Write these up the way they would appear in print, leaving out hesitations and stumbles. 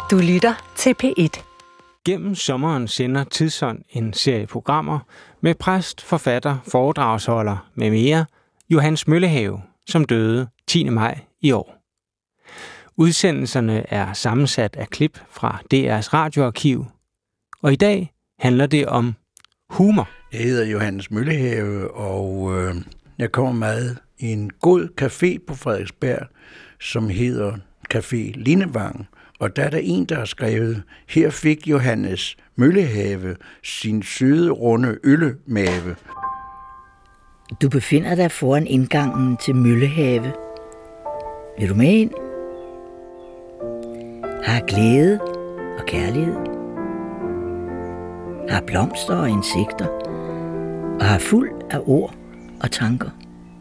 Du lytter til P1. Gennem sommeren sender Tidsånd en serie programmer med præst, forfatter, foredragsholder med mere, Johannes Møllehave, som døde 10. maj i år. Udsendelserne er sammensat af klip fra DR's radioarkiv, og i dag handler det om humor. Jeg hedder Johannes Møllehave, og jeg kommer med i en god café på Frederiksberg, som hedder Café Lindevang. Og der er der en, der har skrevet, her fik Johannes Møllehave sin søde, runde øllemave. Du befinder dig foran indgangen til Møllehave. Vil du med ind? Har glæde og kærlighed. Har blomster og insekter. Og har fuld af ord og tanker.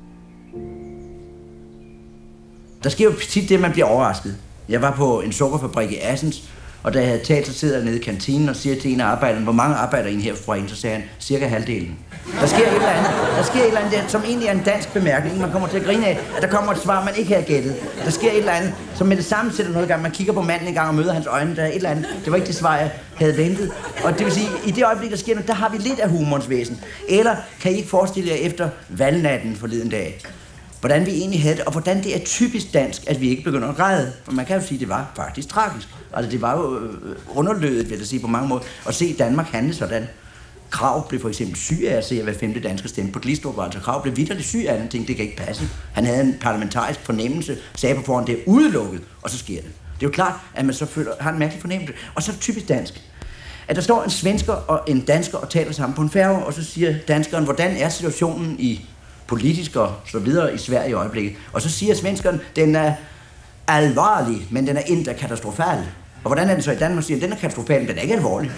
Der sker jo tit det, at man bliver overrasket. Jeg var på en sukkerfabrik i Assens, og da jeg havde talt, så sidder jeg nede i kantinen og siger til en af arbejderne, hvor mange arbejder I her på fabrikken? Så sagde han, cirka halvdelen. Der sker et eller andet der, som egentlig er en dansk bemærkning. Man kommer til at grine af, at der kommer et svar, man ikke havde gættet. Der sker et eller andet, som med det samme sætter noget i gang. Man kigger på manden en gang og møder hans øjne. Der er et eller andet. Det var ikke det svar, jeg havde ventet. Og det vil sige, i det øjeblik, der sker noget, der har vi lidt af humorens væsen. Eller kan I ikke forestille jer efter valgnatten forleden dag? Hvordan vi egentlig havde det, og hvordan det er typisk dansk, at vi ikke begynder at græde. For man kan jo sige, at det var faktisk tragisk. Altså det var jo underlødet, vil jeg sige på mange måder, at se Danmark handle sådan. Krag blev for eksempel syg af at se, at hver 5. dansker stemte på Glistrup. Altså Krag blev vitterligt syg af det, tænkte, det kan ikke passe. Han havde en parlamentarisk fornemmelse, sagde på forhånd, det er udelukket, og så sker det. Det er jo klart, at man så har en mærkelig fornemmelse. Og så typisk dansk. At der står en svensker og en dansker og taler sammen på en færge, og så siger danskeren, hvordan er situationen i politisk og så videre i Sverige i øjeblikket. Og så siger svenskeren, den er alvorlig, men den er ikke katastrofal. Og hvordan er den så i Danmark? Siger den er katastrofal, men den er ikke alvorlig.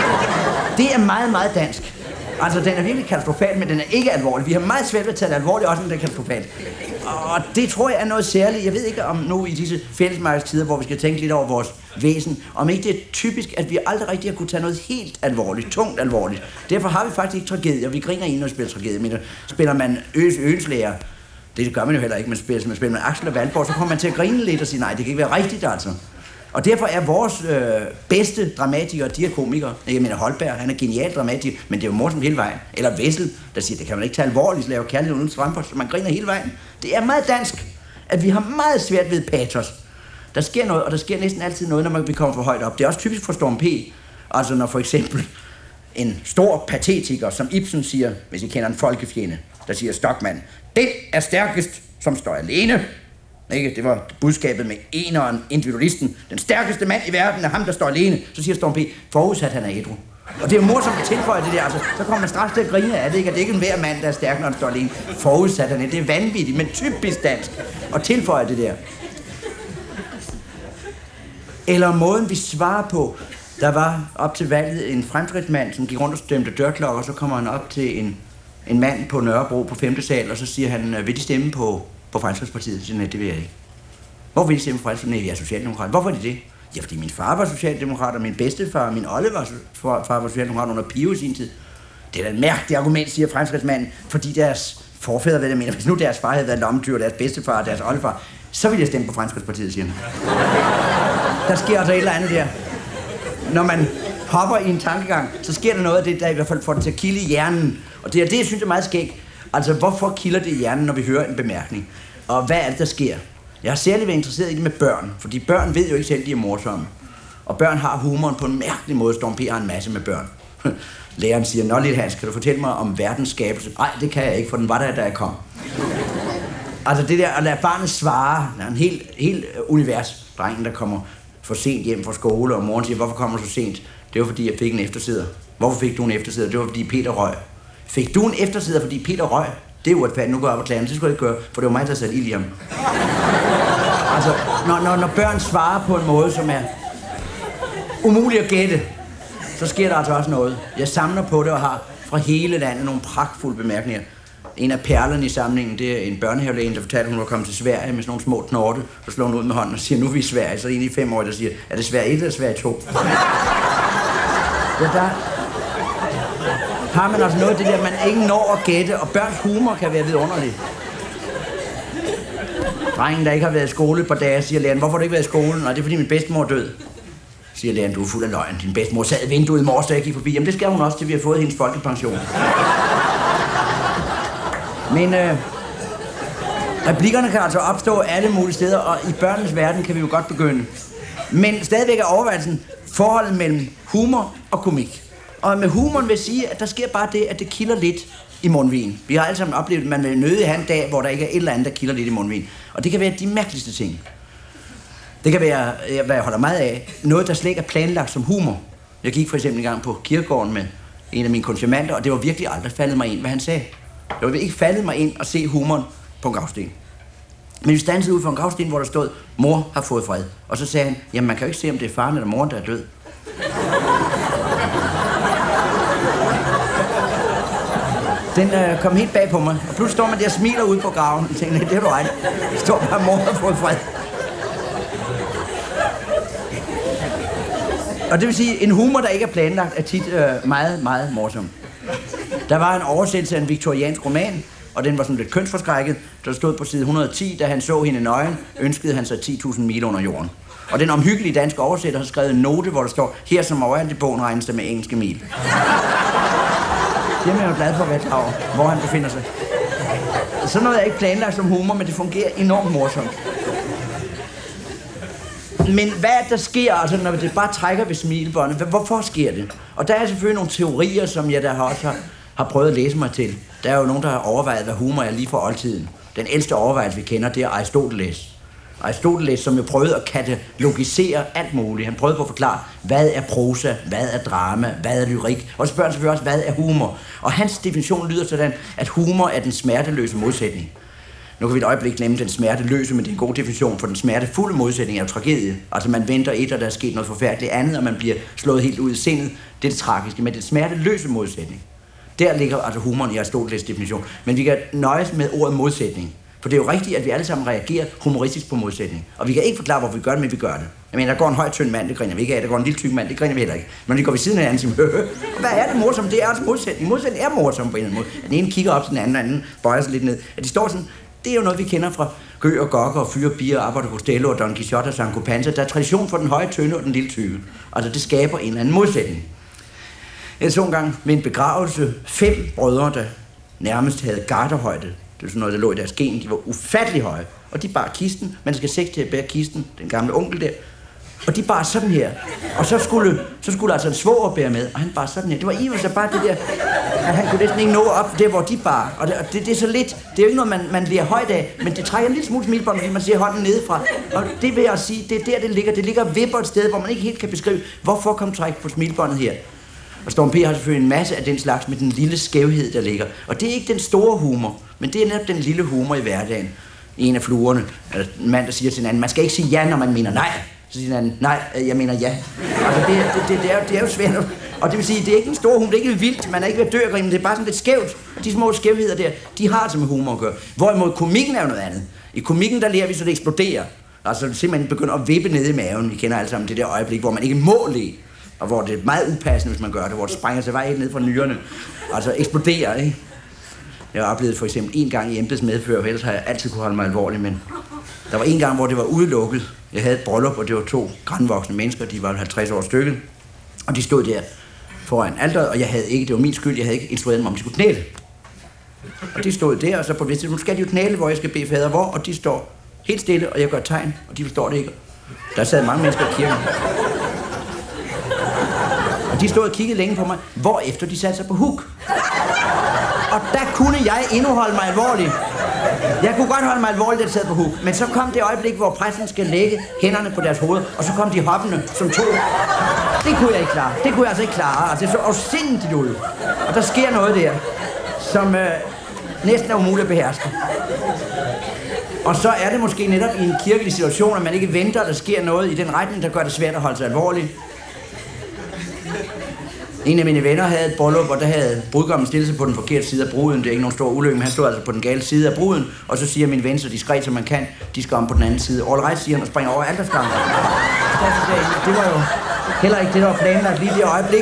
Det er meget, meget dansk. Altså, den er virkelig katastrofal, men den er ikke alvorlig. Vi har meget svært ved at tage det alvorligt, også når den er katastrofal. Og det tror jeg er noget særligt. Jeg ved ikke om nu i disse fællesmarkedstider, hvor vi skal tænke lidt over vores væsen, om ikke det er typisk, at vi aldrig rigtig har kunne tage noget helt alvorligt, tungt alvorligt. Derfor har vi faktisk ikke tragedier. Vi griner ind, når vi spiller tragedier. Men spiller man Øenslæger, det gør man jo heller ikke, men spiller man Axel og Valborg, så kommer man til at grine lidt og sige, nej, det kan ikke være rigtigt, altså. Og derfor er vores bedste dramatikere, de er komikere. Jeg mener Holberg, han er genial dramatiker, men det er jo morsomt hele vejen. Eller Wessel, der siger, det kan man ikke tage alvorligt, så laver kærlighed uden strømper, så man griner hele vejen. Det er meget dansk, at vi har meget svært ved patos. Der sker noget, og der sker næsten altid noget, når vi kommer for højt op. Det er også typisk for Storm P. Altså når for eksempel en stor patetiker, som Ibsen siger, hvis I kender en folkefjende, der siger Stockmann, det er stærkest, som står alene. Ikke? Det var budskabet med eneren, individualisten. Den stærkeste mand i verden er ham, der står alene. Så siger Storm P. forudsat han er ædru. Og det er jo morsomt at tilføje det der. Altså, så kommer man straks til at grine af det, ikke? At det ikke er hver mand, der er stærk, når han står alene. Forudsat han er. Det er vanvittigt, men typisk dansk. Og tilføje det der. Eller måden, vi svarer på. Der var op til valget en fremskridtsmand, som gik rundt og stemte dørklokker, og så kommer han op til en mand på Nørrebro på 5. sal, og så siger han, vil de stemme på Fremskridtspartiet? Så siger han, det vil jeg ikke. Hvorfor vil de stemme på Fremskridtspartiet? Nej, jeg er socialdemokrat. Hvorfor er de det? Ja, fordi min far var socialdemokrat, og min bedstefar, min olle far var socialdemokrat under Pio i sin tid. Det er da et mærkeligt argument, siger fremskridtsmanden, fordi deres forfædre, hvad jeg mener, hvis nu deres far havde været lommetyr, deres bedstefar og deres oldefar, så ville jeg stemme på Fremskridtspartiet, siger han. Der sker altså et eller andet der. Når man hopper i en tankegang, så sker der noget af det, der i hvert fald får det til at kilde i hjernen. Og det er det, jeg synes er meget skægt. Altså, hvorfor kilder det i hjernen, når vi hører en bemærkning? Og hvad er det, der sker? Jeg har særligt været interesseret i det med børn, fordi børn ved jo ikke selv, de er morsomme. Og børn har humoren på en mærkelig måde. Storm P. har en masse med børn. Læreren siger, nå lidt Hans, kan du fortælle mig om verdens skabelse? Nej, det kan jeg ikke, for den var der, da jeg kom. Altså det der at lade barnet svare, der er en helt univers. Drengen, der kommer for sent hjem fra skole, og moren siger, hvorfor kommer du så sent? Det var fordi, jeg fik en eftersidder. Hvorfor fik du en eftersidder? Det var fordi Peter røg. Fik du en eftersidder, fordi Peter røg? Det er jo uretfærdigt, nu går jeg op og klager, det skulle jeg ikke gøre, for det var mig, der satte ild i ham. Altså, når børn svarer på en måde, som er umuligt at gætte, så sker der altså også noget. Jeg samler på det og har fra hele landet nogle pragtfulde bemærkninger. En af perlerne i samlingen, det er en børnehavelæge, der fortalte, at hun var kommet til Sverige med sådan nogle små knorte, så slår hun ud med hånden og siger, nu er vi i Sverige. Så er en i 5 år, der siger, er det Sverige 1 eller Sverige 2? Ja, der har man altså noget af det der, man ikke når at gætte, og børns humor kan være vidunderligt. Drengen, der ikke har været i skole på dage, siger læreren, hvorfor har du ikke været i skolen? Og det er fordi min bedstemor er død. siger læreren, du er fuld af løgn. Din bedstemor sad i vinduet i morges, da jeg gik forbi. Jamen det skal hun også, til vi har fået hendes folkepension. Men replikkerne kan altså opstå alle mulige steder, og i børnenes verden kan vi jo godt begynde. Men stadigvæk er overvejelsen forholdet mellem humor og komik. Og med humoren vil jeg sige, at der sker bare det, at det kilder lidt i mundvigen. Vi har alle sammen oplevet, at man vil nødig have en dag, hvor der ikke er et eller andet, der kilder lidt i mundvigen. Og det kan være de mærkeligste ting. Det kan være, hvad jeg holder meget af, noget, der slet ikke er planlagt som humor. Jeg gik for eksempel en gang på kirkegården med en af mine konfirmander, og det var virkelig aldrig faldet mig ind, hvad han sagde. Det var ikke faldet mig ind at se humoren på en gravsten. Men vi standsede ud for en gravsten, hvor der stod, mor har fået fred. Og så sagde han, jamen man kan jo ikke se, om det er faren eller moren, der er død. Den kom helt bag på mig, og pludselig står man der og smiler ud på graven, og tænker, det er du ret. Der står bare, mor har fået fred. Og det vil sige, en humor, der ikke er planlagt, er tit meget, meget morsom. Der var en oversættelse af en viktoriansk roman, og den var sådan lidt kønsforskrækket. Der stod på side 110, da han så hende nøgen, ønskede han sig 10.000 mil under jorden. Og den omhyggelige danske oversætter har skrevet en note, hvor der står, her som overalt i bogen regnes det med engelske mil. Det er jeg jo glad for at være klar over, hvor han befinder sig. Sådan noget er ikke planlagt som humor, men det fungerer enormt morsomt. Men hvad der sker, altså når det bare trækker ved smilebåndet, hvorfor sker det? Og der er selvfølgelig nogle teorier, som jeg da også har prøvet at læse mig til. Der er jo nogen, der har overvejet, hvad humor er lige for oldtiden. Den ældste overvejelse, vi kender, det er Aristoteles. Aristoteles, som jo prøvede at katalogisere alt muligt. Han prøvede på at forklare, hvad er prosa, hvad er drama, hvad er lyrik, og så spørger han selvfølgelig også, hvad er humor. Og hans definition lyder sådan, at humor er den smerteløse modsætning. Nu kan vi et øjeblik glemme den smerteløse, men det er en god definition, for den smertefulde modsætning er jo tragedie. Altså man venter et, og der er sket noget forfærdeligt andet, og man bliver slået helt ud i sindet. Det er det tragiske, men den smerteløse modsætning. Der ligger altså humoren i Aristoteles definition. Men vi kan nøjes med ordet modsætning. For det er jo rigtigt, at vi alle sammen reagerer humoristisk på modsætning. Og vi kan ikke forklare, hvorfor vi gør det, men vi gør det. Jeg mener, der går en høj, tynd mand, det griner vi ikke af. Der går en lille tyk mand, det griner vi heller ikke. Men når de går ved siden af hinanden, siger hvad er det morsomt? Det er altså modsætning. Modsætning er morsomt på en eller anden måde. Den ene kigger op til den anden bøjer sig lidt ned. At de står sådan, det er jo noget, vi kender fra Gø og Gokke og Fyre, Bier, Abbot og Costello og Don Quixote og Sancho Panza. Der er tradition for den høje tynde og den lille tykke. Altså det skaber en eller anden modsætning. Jeg så engang ved en begravelse 5 brødre, der nærmest havde garderhøjde. Det var sådan noget, der lå i deres gen. De var ufattelig høje. Og de bar kisten. Man skal 6 til at bære kisten. Den gamle onkel der. Og de bar sådan her. Og så skulle altså en svoger bære med. Og han bar sådan her. Det var i sig bare det der, at han kunne næsten ikke nå op der, hvor de bar. Og det er så lidt. Det er jo ikke noget, man lærer højt af. Men det trækker en lille smule smilbånd, fordi man ser hånden nedefra. Og det vil jeg sige, det er der, det ligger. Det ligger vipper et sted, hvor man ikke helt kan beskrive, hvorfor kom træk på smilbåndet her. Og Storm P. har selvfølgelig en masse af den slags med den lille skævhed, der ligger. Og det er ikke den store humor, men det er netop den lille humor i hverdagen. En af fluerne, altså en mand, der siger til en anden, man skal ikke sige ja, når man mener nej. Så siger han, nej, jeg mener ja. Altså det er jo svært. Og det vil sige, det er ikke en stor humor, det er ikke vildt, man er ikke ved at dø af grin, det er bare sådan lidt skævt. De små skævheder der, de har altså med humor at gøre. Hvorimod komikken er jo noget andet. I komikken, der lærer vi, så det eksploderer. Altså simpelthen begynder at vippe ned i maven. Vi kender alle sammen det der øjeblik, hvor man ikke må le. Og hvor det er meget upassende, hvis man gør det, hvor det springer sig vej helt ned fra nyrerne. Altså eksploderer, ikke? Jeg har oplevet for eksempel en gang i embeds medfører, ellers har jeg altid kunne holde mig alvorlig, men der var en gang, hvor det var udelukket. Jeg havde et bryllup, og det var 2 grandvoksne mennesker, de var 50 år stykket. Og de stod der foran alteret, og jeg havde ikke, det var min skyld, jeg havde ikke instrueret dem om, de skulle knæle. Og de stod der, og så på det tidspunkt, nu skal de jo knæle, hvor jeg skal bede fader hvor, og de står helt stille, og jeg gør tegn, og de forstår det ikke. Der sad mange mennesker i kirken. Og de stod og kiggede længe på mig, hvorefter de satte sig på huk. Og der kunne jeg endnu holde mig alvorlig. Jeg kunne godt holde mig alvorligt, da jeg sad på huk. Men så kom det øjeblik, hvor præsten skal lægge hænderne på deres hoved, og så kom de hoppende som 2. Det kunne jeg ikke klare. Det kunne jeg altså ikke klare. Altså, det så afsindigt ud. Og der sker noget der, som næsten er umuligt at beherske. Og så er det måske netop i en kirkelig situation, at man ikke venter, at der sker noget i den retning, der gør det svært at holde sig alvorligt. En af mine venner havde et bryllup, og der havde brudgommen stillet sig på den forkerte side af bruden. Det er ikke nogen stor ulykke, men han stod altså på den gale side af bruden. Og så siger min ven så diskret som man kan, de skal om på den anden side. All right, siger han og springer over alterskampen. Det var jo heller ikke det, der var planlagt lige det øjeblik.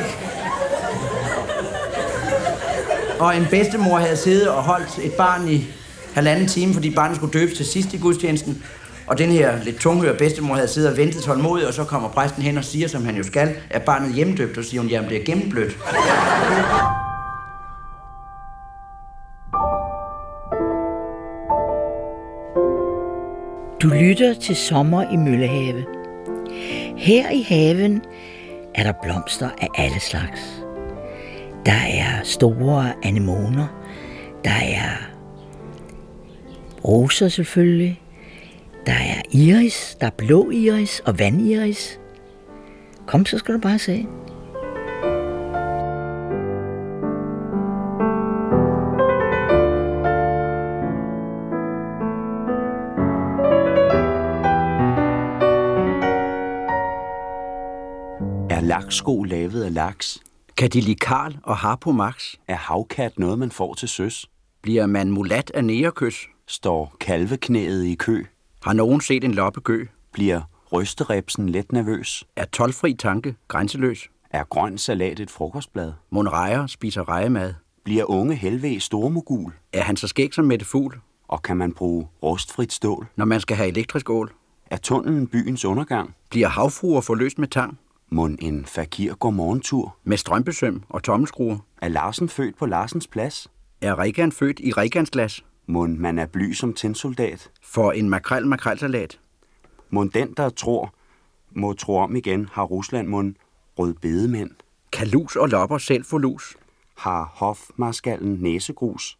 Og en bedstemor havde siddet og holdt et barn i 1,5 time, fordi barnet skulle døbes til sidst i gudstjenesten. Og den her lidt tunghøre bedstemor havde siddet og ventet tålmodigt, og så kommer præsten hen og siger, som han jo skal, at barnet hjemmedøbt, og siger hun, jamen det er gennemblødt. Du lytter til Sommer i Møllehave. Her i haven er der blomster af alle slags. Der er store anemoner, der er roser selvfølgelig, der er iris, der er blå iris og vandiris. Kom, så skal du bare se. Er laksko lavet af laks? Kan de lide Karl og Harpo Max? Er havkat noget, man får til søs? Bliver man mulat af negerkys? Står kalveknæet i kø? Har nogen set en loppegø? Bliver rysterepsen let nervøs? Er toldfri tanke grænseløs? Er grøn salat et frokostblad? Monrejer spiser rejemad? Bliver unge Helve stormogul? Er han så skæg som Mette Fugl? Og kan man bruge rustfrit stål? Når man skal have elektrisk ål? Er tunnelen byens undergang? Bliver havfruer forløst med tang? Mon en fakir går morgentur? Med strømpesøm og tommelskruer? Er Larsen født på Larsens plads? Er Regan født i Regans glas? Mon man er bly som tinsoldat? For en makrelsalat? Mon den, der må tro om igen, har Rusland mon rødbedemænd? Kan lus og lopper selv få lus? Har hofmarskallen næsegrus?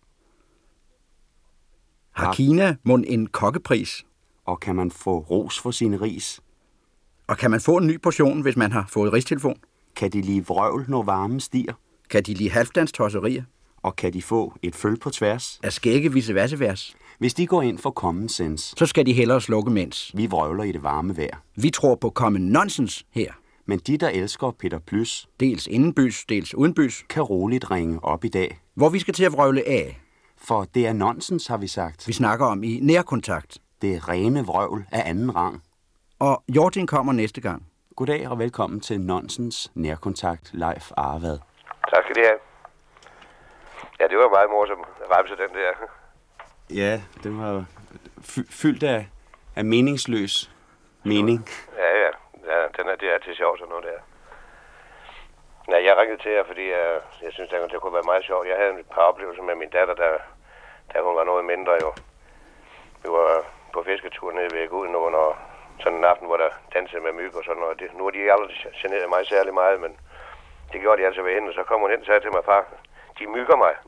Har Kina mon en kokkepris? Og kan man få ros for sine ris? Og kan man få en ny portion, hvis man har fået rigstelefon? Kan de lide vrøvl, når varmen stiger? Kan de lide halvdans-tosserier? Og kan de få et føl på tværs? Er skægge vice-versa-vers? Hvis de går ind for common sense, så skal de hellere slukke mens. Vi vrøvler i det varme vejr. Vi tror på common nonsense her. Men de, der elsker Peter Plys, dels indenbys, dels udenbys, kan roligt ringe op i dag. Hvor vi skal til at vrøvle af. For det er nonsens, har vi sagt. Vi snakker om i nærkontakt. Det er rene vrøvl af anden rang. Og Jortin kommer næste gang. Goddag og velkommen til Nonsens Nærkontakt, Leif Arvad. Tak skal I have. Ja, det var meget morsom remse, den der. Ja, den var fyldt af meningsløs mening. Ja, det er til sjovt sådan noget der. Nej, jeg ringede til jer, fordi jeg synes, det kunne være meget sjovt. Jeg havde et par oplevelser med min datter, da hun var noget mindre jo. Vi var på fisketur nede ved Gudenåen, og sådan en aften, hvor der dansede med myg og sådan noget. Nu har de aldrig generet mig særlig meget, men det gjorde de altså ved hende. Så kom hun hen og sagde til mig, far, de mygger mig.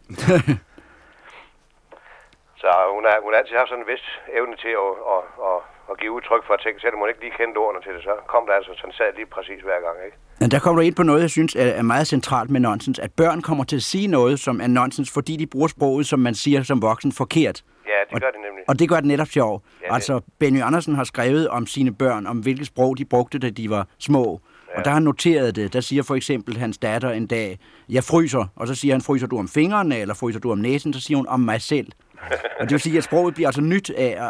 Så hun har altid haft sådan en vis evne til at give udtryk for ting, selvom hun ikke lige kendte ordene til det, så kom der altså sådan sad lige præcis hver gang, ikke? Men der kommer du ind på noget, jeg synes er meget centralt med nonsens, at børn kommer til at sige noget, som er nonsens, fordi de bruger sproget, som man siger som voksen, forkert. Ja, det gør det nemlig. Og det gør det netop sjov. Ja, altså, Benny Andersen har skrevet om sine børn, om hvilket sprog de brugte, da de var små. Ja. Og der har han noteret det. Der siger for eksempel hans datter en dag, jeg fryser. Og så siger han, fryser du om fingrene, eller fryser du om næsen? Så siger hun, om mig selv. Og det vil sige, at sproget bliver altså nyt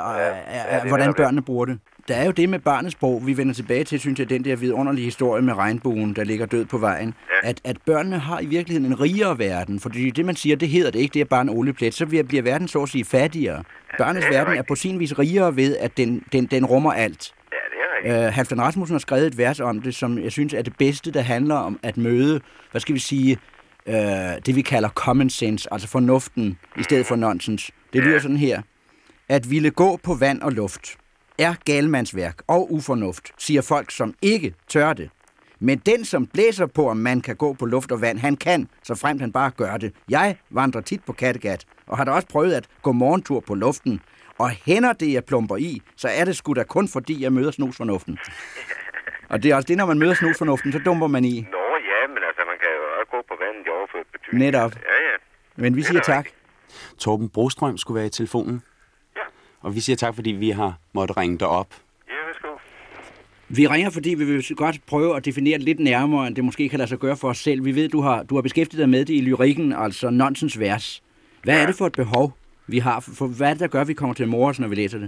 af hvordan børnene bruger det. Der er jo det med barnets sprog, vi vender tilbage til, synes jeg, den der vidunderlige historie med regnbuen, der ligger død på vejen. Ja. At børnene har i virkeligheden en rigere verden, fordi det, man siger, det hedder det ikke, det er bare en olieplet, så bliver verden så at sige fattigere. Børnenes verden er på sin vis rigere ved, at den rummer alt. Halfdan Rasmussen har skrevet et vers om det, som jeg synes er det bedste, der handler om at møde, hvad skal vi sige, det vi kalder common sense, altså fornuften i stedet for nonsens. Det lyder sådan her. At ville gå på vand og luft er galmandsværk og ufornuft, siger folk, som ikke tør det. Men den, som blæser på, om man kan gå på luft og vand, han kan, så fremt han bare gør det. Jeg vandrer tit på Kattegat, og har da også prøvet at gå morgentur på luften. Og hænder det, jeg plumper i, så er det sgu da kun fordi, jeg møder snusfornuften. Og det er også det, når man møder snusfornuften, så dumper man i. Nå ja, men altså, man kan jo også gå på vandet i overført betydning. Netop. Ja. Men vi siger tak. Torben Brostrøm skulle være i telefonen. Ja. Og vi siger tak, fordi vi har måttet ringe dig op. Ja, værsgo. Vi ringer, fordi vi vil godt prøve at definere det lidt nærmere, end det måske kan lade sig gøre for os selv. Vi ved, du har beskæftiget dig med det i lyrikken, altså nonsens vers. Hvad er det for et behov, vi har? For hvad er det, der gør, at vi kommer til at more os, når vi læser det?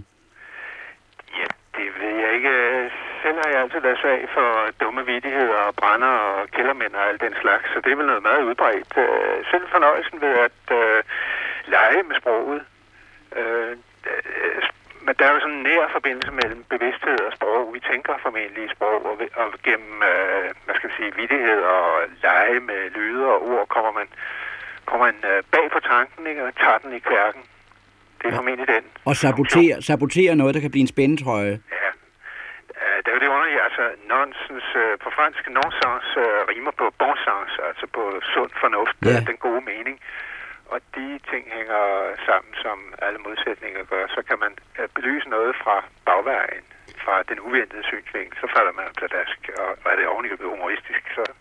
Ja, det ved jeg ikke. Selv har jeg altid været svag for dumme vittigheder og brænder og kældermænd og alt den slags, så det er vel noget meget udbredt. Selv fornøjelsen ved at lege med sproget. men der er jo sådan en nær forbindelse mellem bevidsthed og sprog. Vi tænker formentlig i sprog, og gennem, hvad skal vi sige, vittighed og lege med lyde og ord, kommer man bag på tanken, ikke, og tager den i kværken. Det er formentlig den. Og sabotere noget, der kan blive en spændetrøje. Ja. Det er jo det underlige, altså nonsens, på fransk nonsens rimer på bon sens, altså på sund fornuft, den gode mening. Og de ting hænger sammen, som alle modsætninger gør. Så kan man belyse noget fra bagvejen, fra den uventede synsvinkel, så falder man pladask, og er det ovenikøbet humoristisk,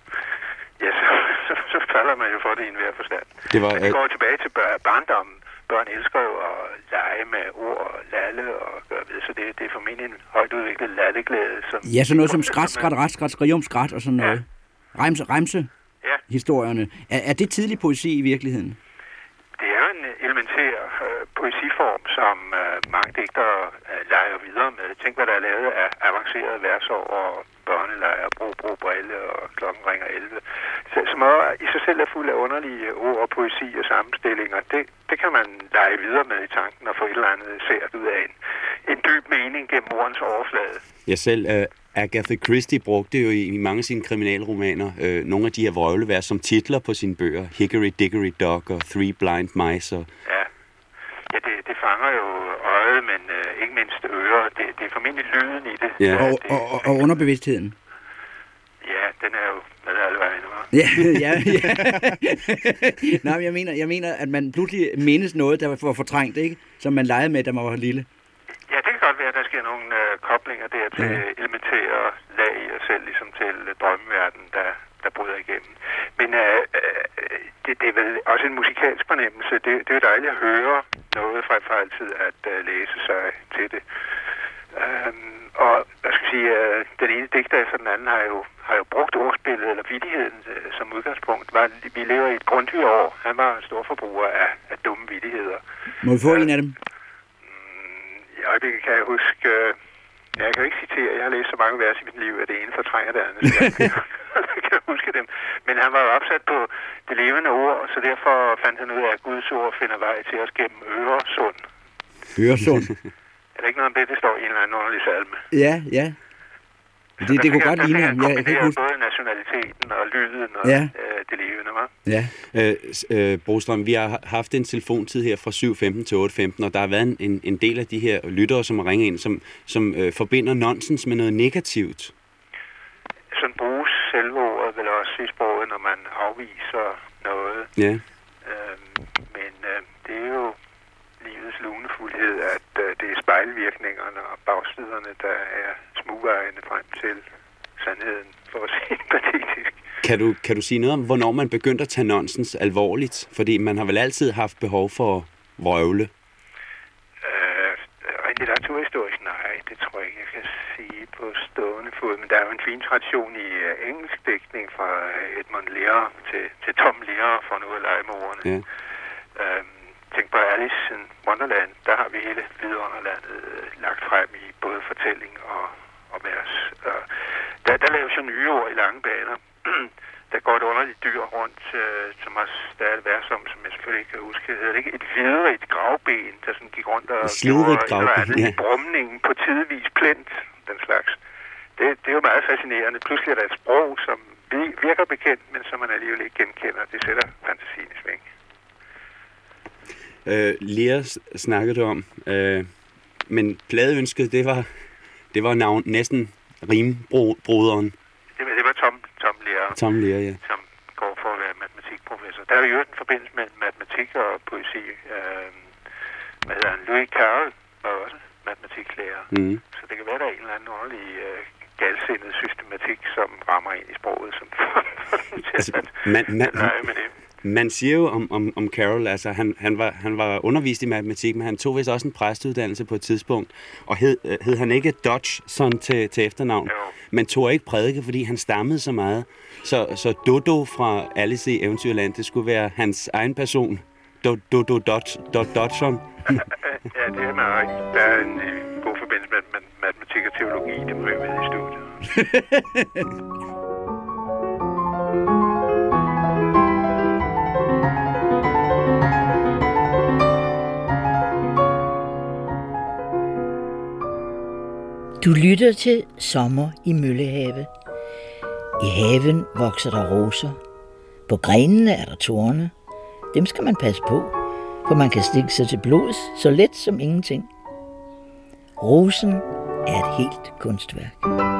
så falder man jo for det i enhver forstand. Det går tilbage til barndommen. Børn elsker jo at lege med ord og lalle og gøre ved, så det er formentlig en højt udviklet lalleglæde. Ja, sådan noget som skrat, skrium, skrat og sådan noget. Remse historierne. Er det tidlig poesi i virkeligheden? Det er jo en elementær poesiform, som mange digtere leger videre med. Tænk, hvad der er lavet af avancerede versår og børnelejre, bro, brille og klokken ringer 11. Som i sig selv er fuld af underlige ord og poesi og sammenstillinger. Det kan man lege videre med i tanken og få et eller andet sært ud af en dyb mening gennem ordens overflade. Jeg selv, Agatha Christie brugte jo i mange af sine kriminalromaner nogle af de her vrøvlevers som titler på sine bøger. Hickory Dickory Dock og Three Blind Mice. Ja, det fanger jo øjet, men ikke mindst ører. Det er formentlig lyden i det. Ja. Og underbevidstheden. Ja, den er jo med alle vegne. Ja. Nej, men jeg mener, at man pludselig mindes noget, der var fortrængt, ikke? Som man legede med, da man var lille. Ja, det kan godt være, at der sker nogle koblinger der til elementære lag i os selv, ligesom til drømmeverdenen, der bryder igennem. Men det er vel også en musikalsk fornemmelse. Det er jo dejligt at høre noget frem for altid at læse sig til det. Og jeg skal sige, den ene digter efter den anden har jo brugt ordspillet eller vittigheden som udgangspunkt. Vi lever i et Grundtvig år. Han var en stor forbruger af dumme vittigheder. Må vi få en af dem? I øjeblikket kan jeg huske... jeg kan jo ikke citere. Jeg har læst så mange vers i mit liv, at det ene fortrænger det andet. Jeg kan huske dem. Men han var jo opsat på det levende ord, så derfor fandt han ud af, at Guds ord finder vej til os gennem Øresund. Øresund? Er der ikke noget om det? Det står i en eller anden underlig salme. Ja. Det kunne godt ligne ham. Jeg kan huske både nationaliteten og lyden og det levende, hva'? Ja. Brostrøm, vi har haft en telefontid her fra 7.15 til 8.15, og der har været en del af de her lyttere, som har ringet ind, som forbinder nonsens med noget negativt. Sådan bruges selvordet vel også i sproget, når man afviser noget. Ja. Men det er jo livets lunefuldhed, at det er spejlvirkningerne og bagsiderne, der er smugvejene frem til sandheden, for at sige patetisk. Kan du sige noget om, hvornår man begyndte at tage nonsens alvorligt? Fordi man har vel altid haft behov for at vrøvle? Rent litteraturhistorisk, nej, det tror jeg ikke, jeg kan sige på stående fod. Men der er jo en fin tradition i engelsk digtning fra Edmund Lear til Tom Lear, for nu at lege med ordene. Ja. Tænk på Alice in Wonderland, der har vi hele vidunderlandet lagt frem i både fortælling og vers. Der laves jo nye ord i lange baner. Der går et underligt dyr rundt, som også der er et vers om, som jeg selvfølgelig ikke kan huske. Det er ikke et vidrigt gravben, der sådan gik rundt og gjorde et eller andet i brumningen på tidevis plint, den slags. Det er jo meget fascinerende. Pludselig er der et sprog, som virker bekendt, men som man alligevel ikke genkender. Det sætter fantasien i sving. Lea snakkede du om, men pladeønsket, det var navn, næsten rimbroderen. Det var Tom Lear. Tom Lear, ja. Som går for at være matematikprofessor. Der er jo en forbindelse mellem matematik og poesi. Hvad hedder han? Louis Carroll var også matematiklærer. Mm. Så det kan være, der er en eller anden ordentlig galsindet systematik, som rammer ind i sproget, som man siger jo om Carroll, altså han var undervist i matematik, men han tog vist også en præsteuddannelse på et tidspunkt, og hed han ikke Dodgson til efternavn, men tog ikke prædike, fordi han stammede så meget. Så Dodo fra Alice i Eventyrland, det skulle være hans egen person. Dodo Dodgson. Ja, det er meget rigtigt. Der er en god forbindelse med matematik og teologi, det må jeg med i studiet. Du lytter til Sommer i Møllehave. I haven vokser der roser. På grenene er der torne. Dem skal man passe på, for man kan stikke sig til blods så let som ingenting. Rosen er et helt kunstværk.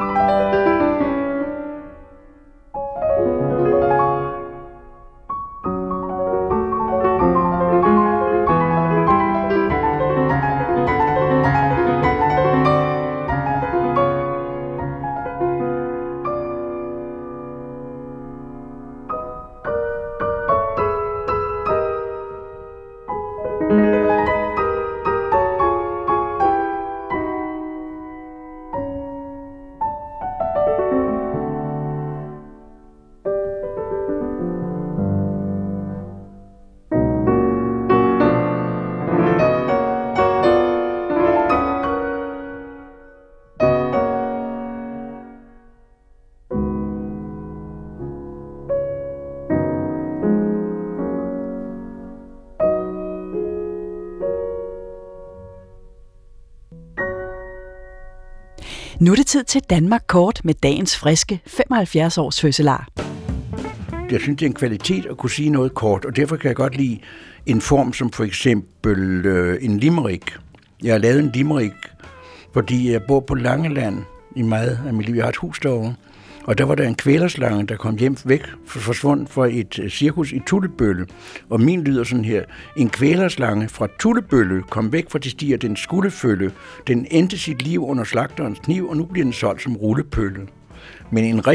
Nu er det tid til Danmark Kort med dagens friske 75 års fødselar. Jeg synes, det er en kvalitet at kunne sige noget kort, og derfor kan jeg godt lide en form som for eksempel en limerick. Jeg har lavet en limerick, fordi jeg bor på Langeland i meget af mit liv. Jeg har et hus derovre, og der var der en kvælerslange, der kom hjem væk, forsvundet fra et cirkus i Tullebølle. Og min lyder sådan her: en kvælerslange fra Tullebølle kom væk fra de stier, den skulle følge. Den endte sit liv under slagterens kniv, og nu bliver den solgt som rullepølle. Men en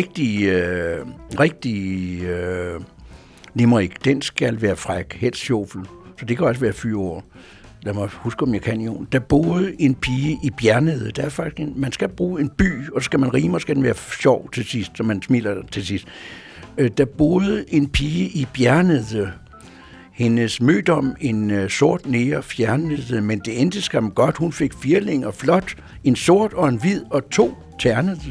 rigtig limerick, den skal være fræk, helst sjovfel. Så det kan også være fyreord. Lad mig huske, om jeg kan jo. Der boede en pige i Bjernede. Der er faktisk man skal bruge en by, og så skal man rime, og skal den være sjov til sidst, så man smiler til sidst. Der boede en pige i Bjernede. Hendes mødom en sort nære fjernede, men det endte skam godt. Hun fik firlinger flot, en sort og en hvid og 2 ternede.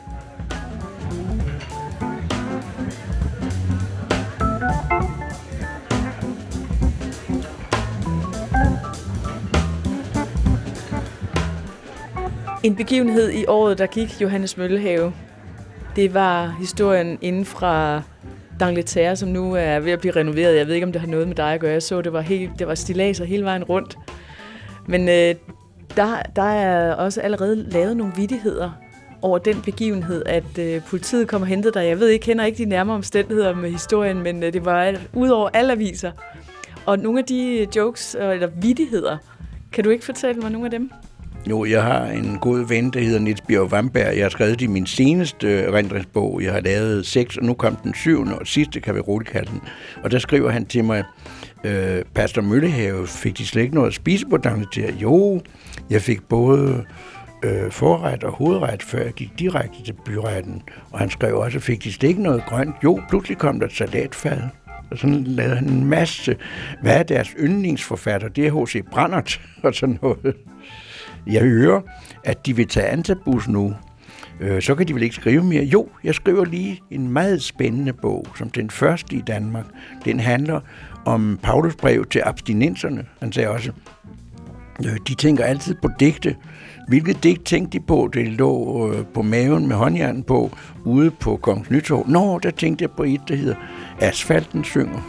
En begivenhed i året, der gik Johannes Møllehave, det var historien inden fra D'Angleterre, som nu er ved at blive renoveret. Jeg ved ikke, om det har noget med dig at gøre. Jeg så, det var stiladser hele vejen rundt. Men der er også allerede lavet nogle vittigheder over den begivenhed, at politiet kom og hentede dig. Jeg ved ikke, kender ikke de nærmere omstændigheder med historien, men det var ud over alle aviser. Og nogle af de jokes eller vittigheder, kan du ikke fortælle mig nogle af dem? Jo, jeg har en god ven, der hedder Niels Bjerg Wamberg. Jeg har skrevet i min seneste erindringsbog. Jeg har lavet 6, og nu kom den 7. og sidste, kan vi roligt kalde den. Og der skriver han til mig: Pastor Møllehave, fik de slet ikke noget at spise på D'Angleterre? Jo, jeg fik både forret og hovedret, før jeg gik direkte til byretten. Og han skrev også: fik de slet ikke noget grønt? Jo, pludselig kom der et salatfad. Og sådan lavede han en masse. Hvad er deres yndlingsforfatter? Det er H.C. Brandert og sådan noget. Jeg hører, at de vil tage Antabus nu. Så kan de vel ikke skrive mere? Jo, jeg skriver lige en meget spændende bog, som den første i Danmark. Den handler om Paulus brev til abstinenserne. Han sagde også, de tænker altid på digte. Hvilket digt tænkte de på? Det lå på maven med håndjernen på, ude på Kongens Nytorv. Nå, der tænkte jeg på et, der hedder Asfalten synger.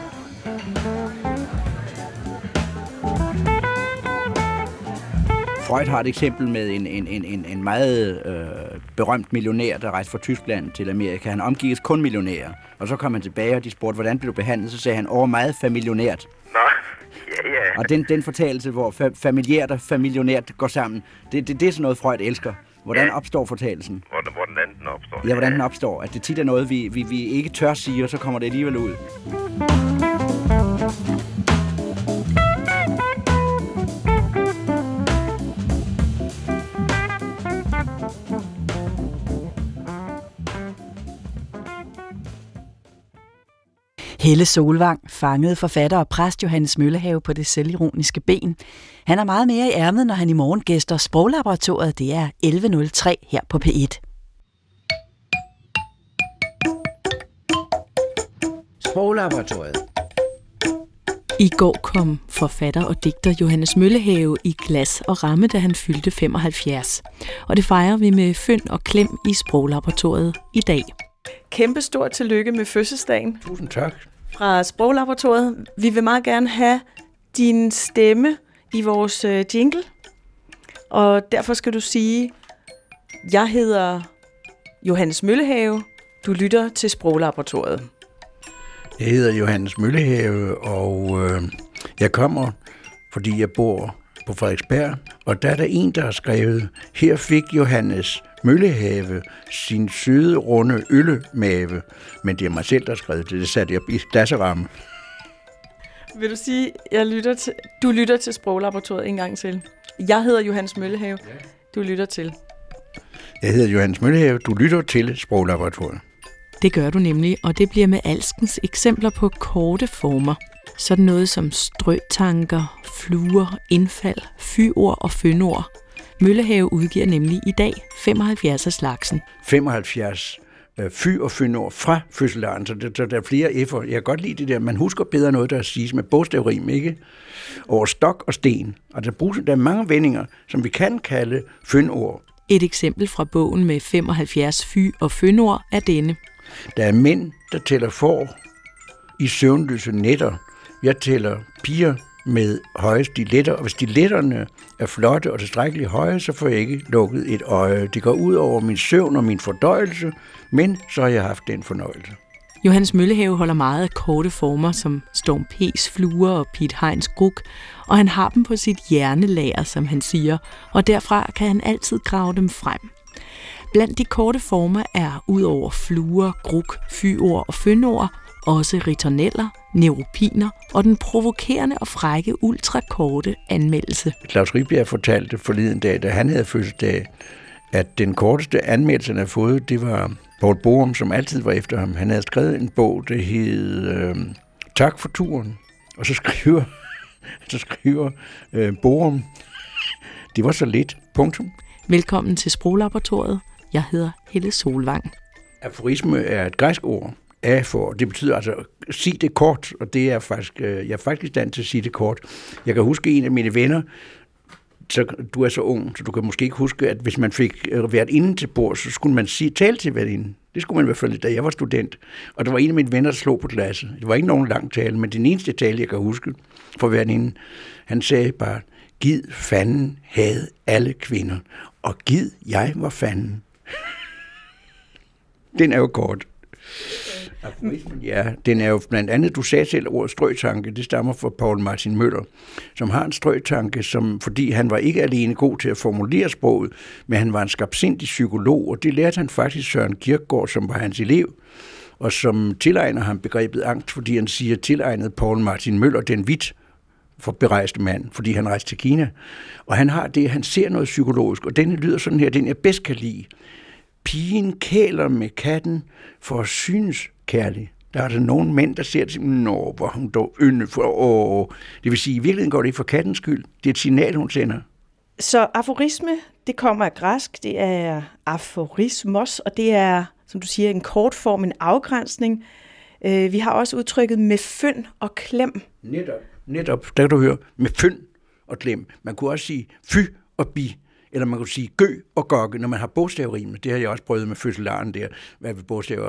Freud har et eksempel med en meget berømt millionær, der rejste fra Tyskland til Amerika. Han omgikkes kun millionærer. Og så kom han tilbage, og de spurgte, hvordan blev du behandlet? Så sagde han, meget familionært. Nå, ja. Og den fortælling, hvor familiært og familionært går sammen, det er sådan noget, Freud elsker. Hvordan opstår fortælligen? Hvordan den opstår? Ja, hvordan den opstår. At det tit er noget, vi ikke tør sige, og så kommer det alligevel ud. Helle Solvang fangede forfatter og præst Johannes Møllehave på det selvironiske ben. Han er meget mere i ærmet, når han i morgen gæster Sproglaboratoriet. Det er 11.03 her på P1. Sproglaboratoriet. I går kom forfatter og digter Johannes Møllehave i glas og ramme, da han fyldte 75. Og det fejrer vi med fynd og klem i Sproglaboratoriet i dag. Kæmpe stort tillykke med fødselsdagen. Tusind tak. Fra Sproglaboratoriet. Vi vil meget gerne have din stemme i vores jingle. Og derfor skal du sige, jeg hedder Johannes Møllehave. Du lytter til Sproglaboratoriet. Jeg hedder Johannes Møllehave, og jeg kommer, fordi jeg bor på Frederiksberg. Og der er der en, der har skrevet, her fik Johannes Møllehave sin søde, runde øllemave. Men det er mig selv, der har skrevet det. Det satte jeg i glasseramme. Vil du sige, du lytter til Sproglaboratoriet en gang til? Jeg hedder Johannes Møllehave. Du lytter til. Jeg hedder Johannes Møllehave. Du lytter til Sproglaboratoriet. Det gør du nemlig, og det bliver med alskens eksempler på korte former. Sådan noget som strøtanker, fluer, indfald, fyord og fyndord. Møllehave udgiver nemlig i dag 75 af slagsen. 75 fy og fyndord fra fødselaren, så der er flere F'er. Jeg kan godt lide det der, man husker bedre noget, der siges med bogstavrim, ikke? Over stok og sten. Og der er mange vendinger, som vi kan kalde fyndord. Et eksempel fra bogen med 75 fy og fyndord er denne. Der er mænd, der tæller får i søvnløse nætter. Jeg tæller piger med høje stiletter, og hvis stiletterne er flotte og tilstrækkeligt høje, så får jeg ikke lukket et øje. Det går ud over min søvn og min fordøjelse, men så har jeg haft den fornøjelse. Johannes Møllehave holder meget af korte former som Storm P's fluer og Piet Heins gruk, og han har dem på sit hjernelager, som han siger, og derfra kan han altid grave dem frem. Blandt de korte former er udover fluer, gruk, fyord og fyndord også ritorneller, neuropiner og den provokerende og frække ultrakorte anmeldelse. Claus Rifbjerg fortalte forleden dag, da han havde fødselsdag, at den korteste anmeldelse, han havde fået, det var Poul Borum, som altid var efter ham. Han havde skrevet en bog, der hed Tak for turen. Og så skriver Borum, det var så lidt. Punktum. Velkommen til Sproglaboratoriet. Jeg hedder Helle Solvang. Aforisme er et græsk ord. Afor. Det betyder altså, sig det kort, og det er faktisk, jeg er faktisk i stand til at sige det kort. Jeg kan huske en af mine venner, så du er så ung, så du kan måske ikke huske, at hvis man fik været inde til bord, så skulle man tale til værtinden. Det skulle man i hvert fald, da jeg var student. Og der var en af mine venner, der slog på glasset. Det var ikke nogen lang tale, men den eneste tale, jeg kan huske for værtinden, han sagde bare, gid fanden havde alle kvinder, og gid jeg var fanden. Den er jo kort. Aforismen, ja, den er jo blandt andet, du sagde selv ordet strøtanke, det stammer fra Poul Martin Møller, som har en strøtanke, som, fordi han var ikke alene god til at formulere sproget, men han var en skarpsindig psykolog, og det lærte han faktisk Søren Kierkegaard, som var hans elev, og som tilegner ham begrebet angst, fordi han siger, tilegnet Poul Martin Møller den vidt for berejste mand, fordi han rejste til Kina. Og han har det, han ser noget psykologisk, og den lyder sådan her, den jeg bedst kan lide. Pigen kæler med katten for at synes kærlig. Der er der nogle mænd, der ser det som, nå, hvor hun dog ynde for, Det vil sige, i virkeligheden går det ikke for kattens skyld. Det er et signal, hun sender. Så aforisme, det kommer af græsk, det er aforismos, og det er, som du siger, en kort form, en afgrænsning. Vi har også udtrykket med fynd og klem. Netop, der kan du høre, med fynd og klem. Man kunne også sige fy og bi. Eller man kunne sige gø og gokke, når man har bogstavrimer. Det har jeg også prøvet med fødselaren der, hvad vi bogstaver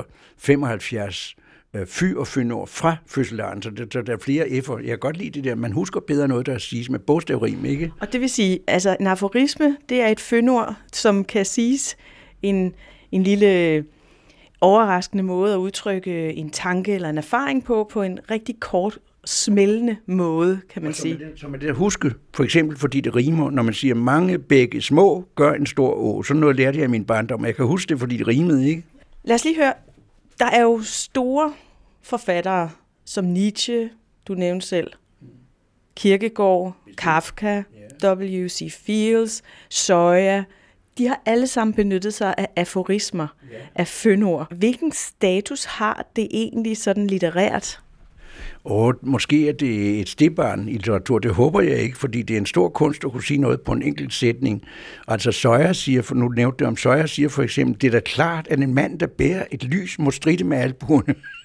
75 fy og fyndord fra fødselaren, så der er flere F'er. Jeg kan godt lide det der, man husker bedre noget, der siges med bogstavrim, ikke? Og det vil sige, altså en aforisme, det er et fyndord, som kan siges en lille overraskende måde at udtrykke en tanke eller en erfaring på en rigtig kort smældende måde, kan man sige. Som er det at huske, for eksempel fordi det rimer, når man siger, mange bække små gør en stor å. Sådan noget lærte jeg i min barndom, jeg kan huske det, fordi det rimede, ikke? Lad os lige høre, der er jo store forfattere, som Nietzsche, du nævnte selv, Kierkegaard, Kafka, W.C. Fields, Zoya. De har alle sammen benyttet sig af aforismer, af fyndord. Hvilken status har det egentlig sådan litterært? Og måske er det et stedbarn i litteratur, det håber jeg ikke, fordi det er en stor kunst at kunne sige noget på en enkelt sætning. Altså Zoya siger, for nu nævnte det om Zoya, siger for eksempel, det er da klart, at en mand, der bærer et lys, må stride med albuerne.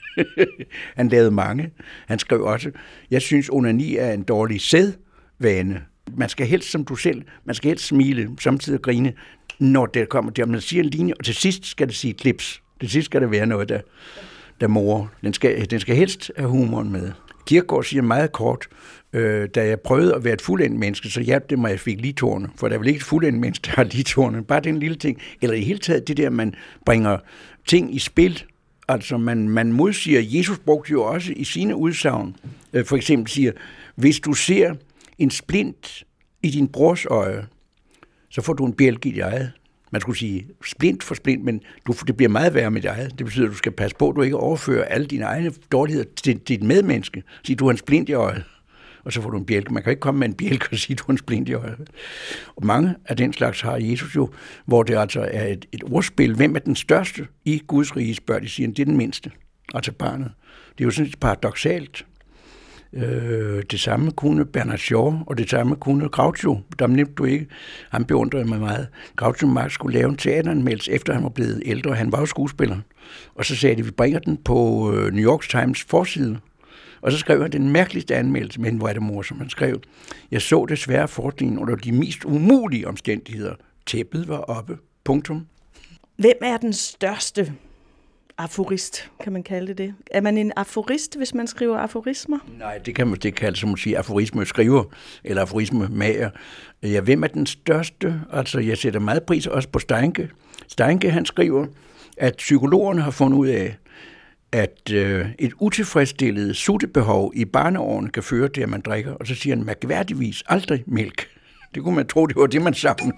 Han lavede mange. Han skrev også, jeg synes, onani er en dårlig sædvane. Man skal helst, som du selv, man skal helst smile, samtidig grine, når det kommer til, man siger en linje, og til sidst skal det sige klips. Til sidst skal det være noget, der morer. Den skal helst have humoren med. Kierkegaard siger meget kort, da jeg prøvede at være et fuldendt menneske, så hjalp det mig, at jeg fik ligetårne. For der er vel ikke et fuldendt menneske, der har ligetårne. Bare den lille ting. Eller i hele taget det der, man bringer ting i spil. Altså man modsiger, Jesus brugte jo også i sine udsagn. For eksempel siger, hvis du ser en splint i din brors øje, så får du en bjælke i dit eget. Man skulle sige splint for splint, men det bliver meget værre med dit eget. Det betyder, at du skal passe på, at du ikke overfører alle dine egne dårligheder til dit medmenneske. Sige, du har en splint i øjet, og så får du en bjælke. Man kan ikke komme med en bjælke og sige, du har en splint i øjet. Og mange af den slags har Jesus jo, hvor det altså er et ordspil. Hvem er den største i Guds rige, spørger de, siger, det er den mindste, altså barnet. Det er jo sådan et paradoksalt. Det samme kunne Bernard Shaw, og det samme kunne Groucho. Dem nævnte du ikke. Han beundrede mig meget. Groucho Marx skulle lave en teateranmeldelse, efter han var blevet ældre. Han var jo skuespiller. Og så sagde de, vi bringer den på New York Times forside. Og så skrev han den mærkeligste anmeldelse, men hvor er det morsomt. Han skrev, jeg så desværre forestillingen under de mest umulige omstændigheder. Tæppet var oppe. Punktum. Hvem er den største aforist, kan man kalde det? Er man en aforist, hvis man skriver aforismer? Nej, det kan man ikke kalde, som man siger, aforisme-skriver eller aforisme-mager. Ja, hvem er den største? Altså, jeg sætter meget pris også på Steinke. Steinke, han skriver, at psykologerne har fundet ud af, at et utilfredsstillet suttebehov i barneårene kan føre til, at man drikker. Og så siger han mærkværdigvis aldrig mælk. Det kunne man tro, det var det, man savnede.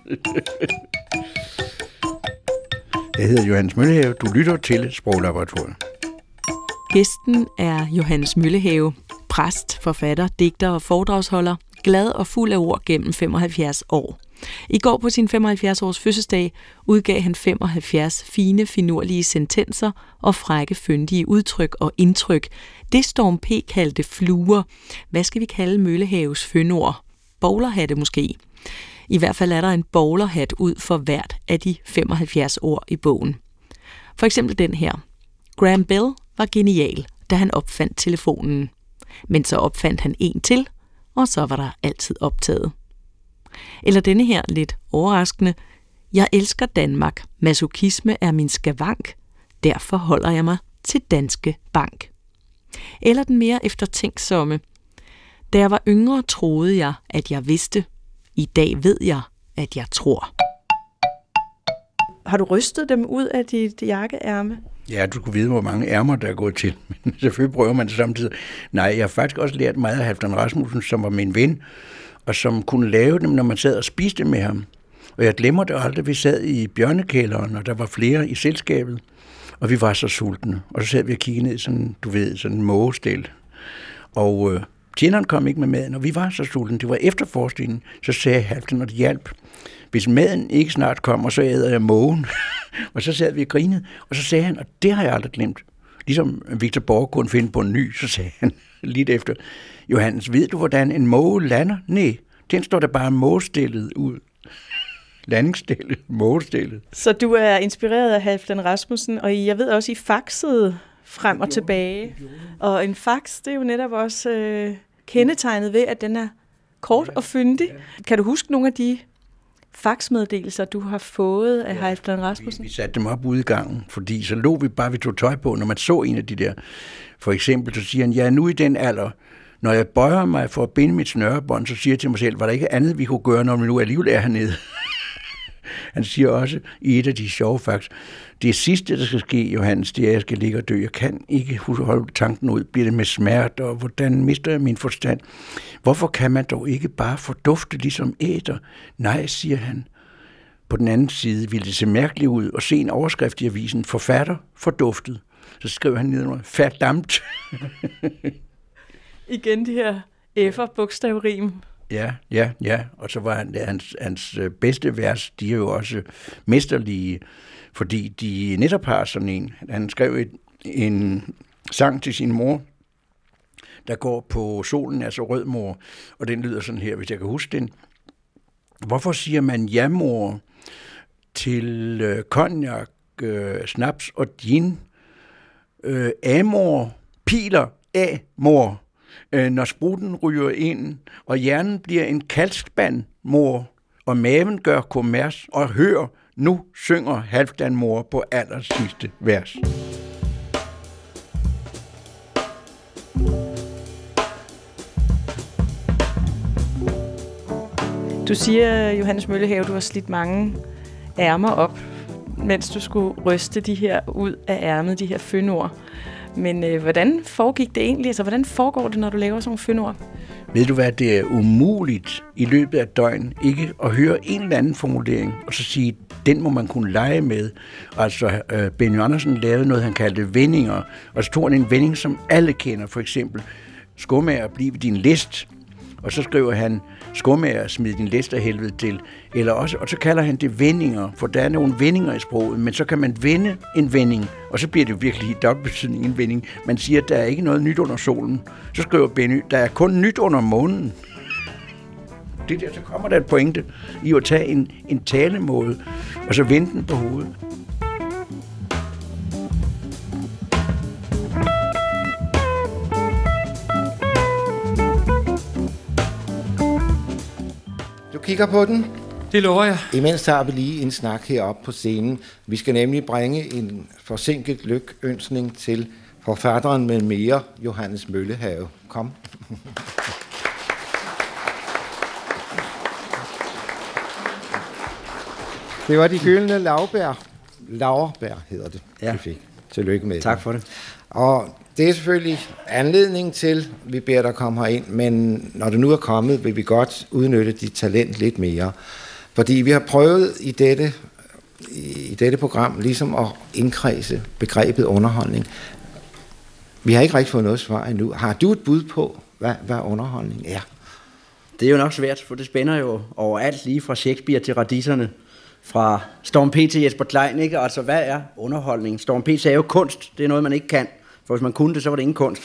Jeg hedder Johannes Møllehave. Du lytter til Sproglaboratoriet. Gæsten er Johannes Møllehave, præst, forfatter, digter og foredragsholder, glad og fuld af ord gennem 75 år. I går på sin 75-års fødselsdag udgav han 75 fine, finurlige sentenser og frække, fyndige udtryk og indtryk. Det Storm P. kaldte fluer. Hvad skal vi kalde Møllehaves fyndord? Bowlerhatte måske. I hvert fald er der en bowlerhat ud for hvert af de 75 ord i bogen. For eksempel den her. Graham Bell var genial, da han opfandt telefonen. Men så opfandt han en til, og så var der altid optaget. Eller denne her lidt overraskende. Jeg elsker Danmark. Masochisme er min skavank. Derfor holder jeg mig til Danske Bank. Eller den mere eftertænksomme. Da jeg var yngre, troede jeg, at jeg vidste. I dag ved jeg, at jeg tror. Har du rystet dem ud af dit jakkeærme? Ja, du skulle vide, hvor mange ærmer, der er gået til. Men selvfølgelig prøver man det samtidig. Nej, jeg har faktisk også lært meget af Halfdan Rasmussen, som var min ven, og som kunne lave dem, når man sad og spiste med ham. Og jeg glemmer det aldrig, vi sad i bjørnekælderen, og der var flere i selskabet, og vi var så sultne. Og så sad vi og kiggede ned i sådan, du ved, sådan en mågestel. Og tjeneren kom ikke med maden, og vi var så sultne. Det var efter forestillingen, så sagde Halfdan, og det hjalp. Hvis maden ikke snart kommer, så æder jeg mågen. Og så sad vi og grinede, og så sagde han, og det har jeg aldrig glemt. Ligesom Victor Borge kunne finde på en ny, så sagde han lidt efter, Johannes, ved du, hvordan en måge lander? Nej, den står der bare mågestillet ud. Landingsstillet, mågestillet. Så du er inspireret af Halfdan Rasmussen, og jeg ved også, I faxede frem og tilbage. Og en fax, det er jo netop også kendetegnet ved, at den er kort og fyndig. Kan du huske nogle af de faxmeddelelser, du har fået af Halfdan Rasmussen? Vi satte dem op ude i gangen, fordi så lå vi bare, vi tog tøj på, når man så en af de der. For eksempel, så siger han, jeg er nu i den alder, når jeg bøjer mig for at binde mit snørebånd, så siger jeg til mig selv, var der ikke andet, vi kunne gøre, når vi nu alligevel er hernede? Han siger også i et af de sjove fax, det sidste, der skal ske, Johannes, det er, at jeg skal ligge og dø. Jeg kan ikke holde tanken ud. Bliver det med smerte, og hvordan mister jeg min forstand? Hvorfor kan man dog ikke bare fordufte ligesom æter? Nej, siger han. På den anden side ville det se mærkeligt ud at se en overskrift i avisen, forfatter forduftet. Så skriver han nedenunder, verdammt. Igen de her F'er-bogstavrim. Ja. Og så var hans bedste vers, de er jo også mesterlige, fordi de netop har sådan en. Han skrev en sang til sin mor, der går på solen, altså rød mor, og den lyder sådan her, hvis jeg kan huske den. Hvorfor siger man ja, mor, til cognac, snaps og gin? amor piler A-mor, når spruten ryger ind, og hjernen bliver en kalkspand-mor, og maven gør kommers, og hør, nu synger Halfdan-mor på allersidste vers. Du siger, Johannes Møllehave, du har slidt mange ærmer op, mens du skulle ryste de her ud af ærmet, de her fyndord. Men hvordan foregik det egentlig? Altså, hvordan foregår det, når du laver sådan nogle fyndord? Ved du hvad, det er umuligt i løbet af døgn ikke at høre en eller anden formulering, og så sige, den må man kunne lege med. Altså, Benny Andersen lavede noget, han kaldte vendinger, og så tog han en vending, som alle kender, for eksempel, skummager, bliv din list. Og så skriver han, skummager, smid din læst af helvede til. Eller også, og så kalder han det vendinger, for der er nogle vendinger i sproget, men så kan man vende en vending, og så bliver det virkelig i dobbeltbetydning en vending. Man siger, at der er ikke noget nyt under solen. Så skriver Benny, der er kun nyt under månen. Det der, så kommer der et pointe i at tage en talemåde, og så vende den på hovedet. Kigger på den. Det lover jeg. Imens tager vi lige en snak heroppe på scenen. Vi skal nemlig bringe en forsinket lykønskning til forfatteren med mere, Johannes Møllehave. Kom. Det var de gyldne laurbær hedder det, vi fik. Tillykke med. Tak for det. Og det er selvfølgelig anledning til, vi beder dig komme herind, men når det nu er kommet, vil vi godt udnytte dit talent lidt mere. Fordi vi har prøvet i dette program ligesom at indkredse begrebet underholdning. Vi har ikke rigtig fået noget svar endnu. Har du et bud på, hvad underholdning er? Det er jo nok svært, for det spænder jo overalt, lige fra Shakespeare til radisserne, fra Storm P. til Jesper Klein, ikke? Altså, hvad er underholdning? Storm P. sagde jo kunst, det er noget, man ikke kan. For hvis man kunne det, så var det ingen kunst.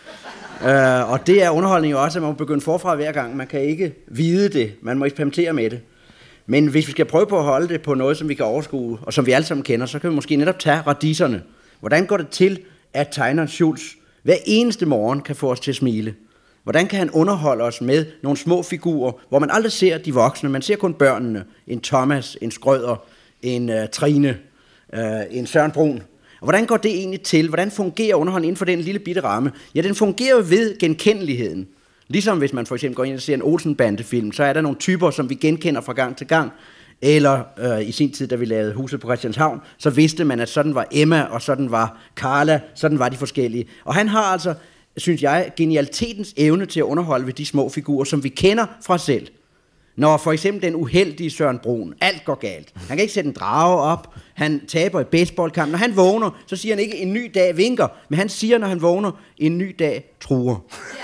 Og det er underholdning jo også, at man må begynde forfra hver gang. Man kan ikke vide det, man må eksperimentere med det. Men hvis vi skal prøve på at holde det på noget, som vi kan overskue, og som vi alle sammen kender, så kan vi måske netop tage radisserne. Hvordan går det til, at tegneren Schultz hver eneste morgen kan få os til at smile? Hvordan kan han underholde os med nogle små figurer, hvor man aldrig ser de voksne, man ser kun børnene, en Thomas, en Skrøder, en Trine, en Søren Brun. Og hvordan går det egentlig til? Hvordan fungerer underholdningen inden for den lille bitte ramme? Ja, den fungerer jo ved genkendeligheden. Ligesom hvis man for eksempel går ind og ser en Olsen-bandefilm, så er der nogle typer, som vi genkender fra gang til gang. Eller i sin tid, da vi lavede Huset på Christianshavn, så vidste man, at sådan var Emma, og sådan var Carla, sådan var de forskellige. Og han har altså, synes jeg, genialitetens evne til at underholde ved de små figurer, som vi kender fra selv. Når for eksempel den uheldige Søren Brun, alt går galt. Han kan ikke sætte en drage op, han taber i baseballkamp. Når han vågner, så siger han ikke, en ny dag vinker, men han siger, når han vågner, en ny dag truer.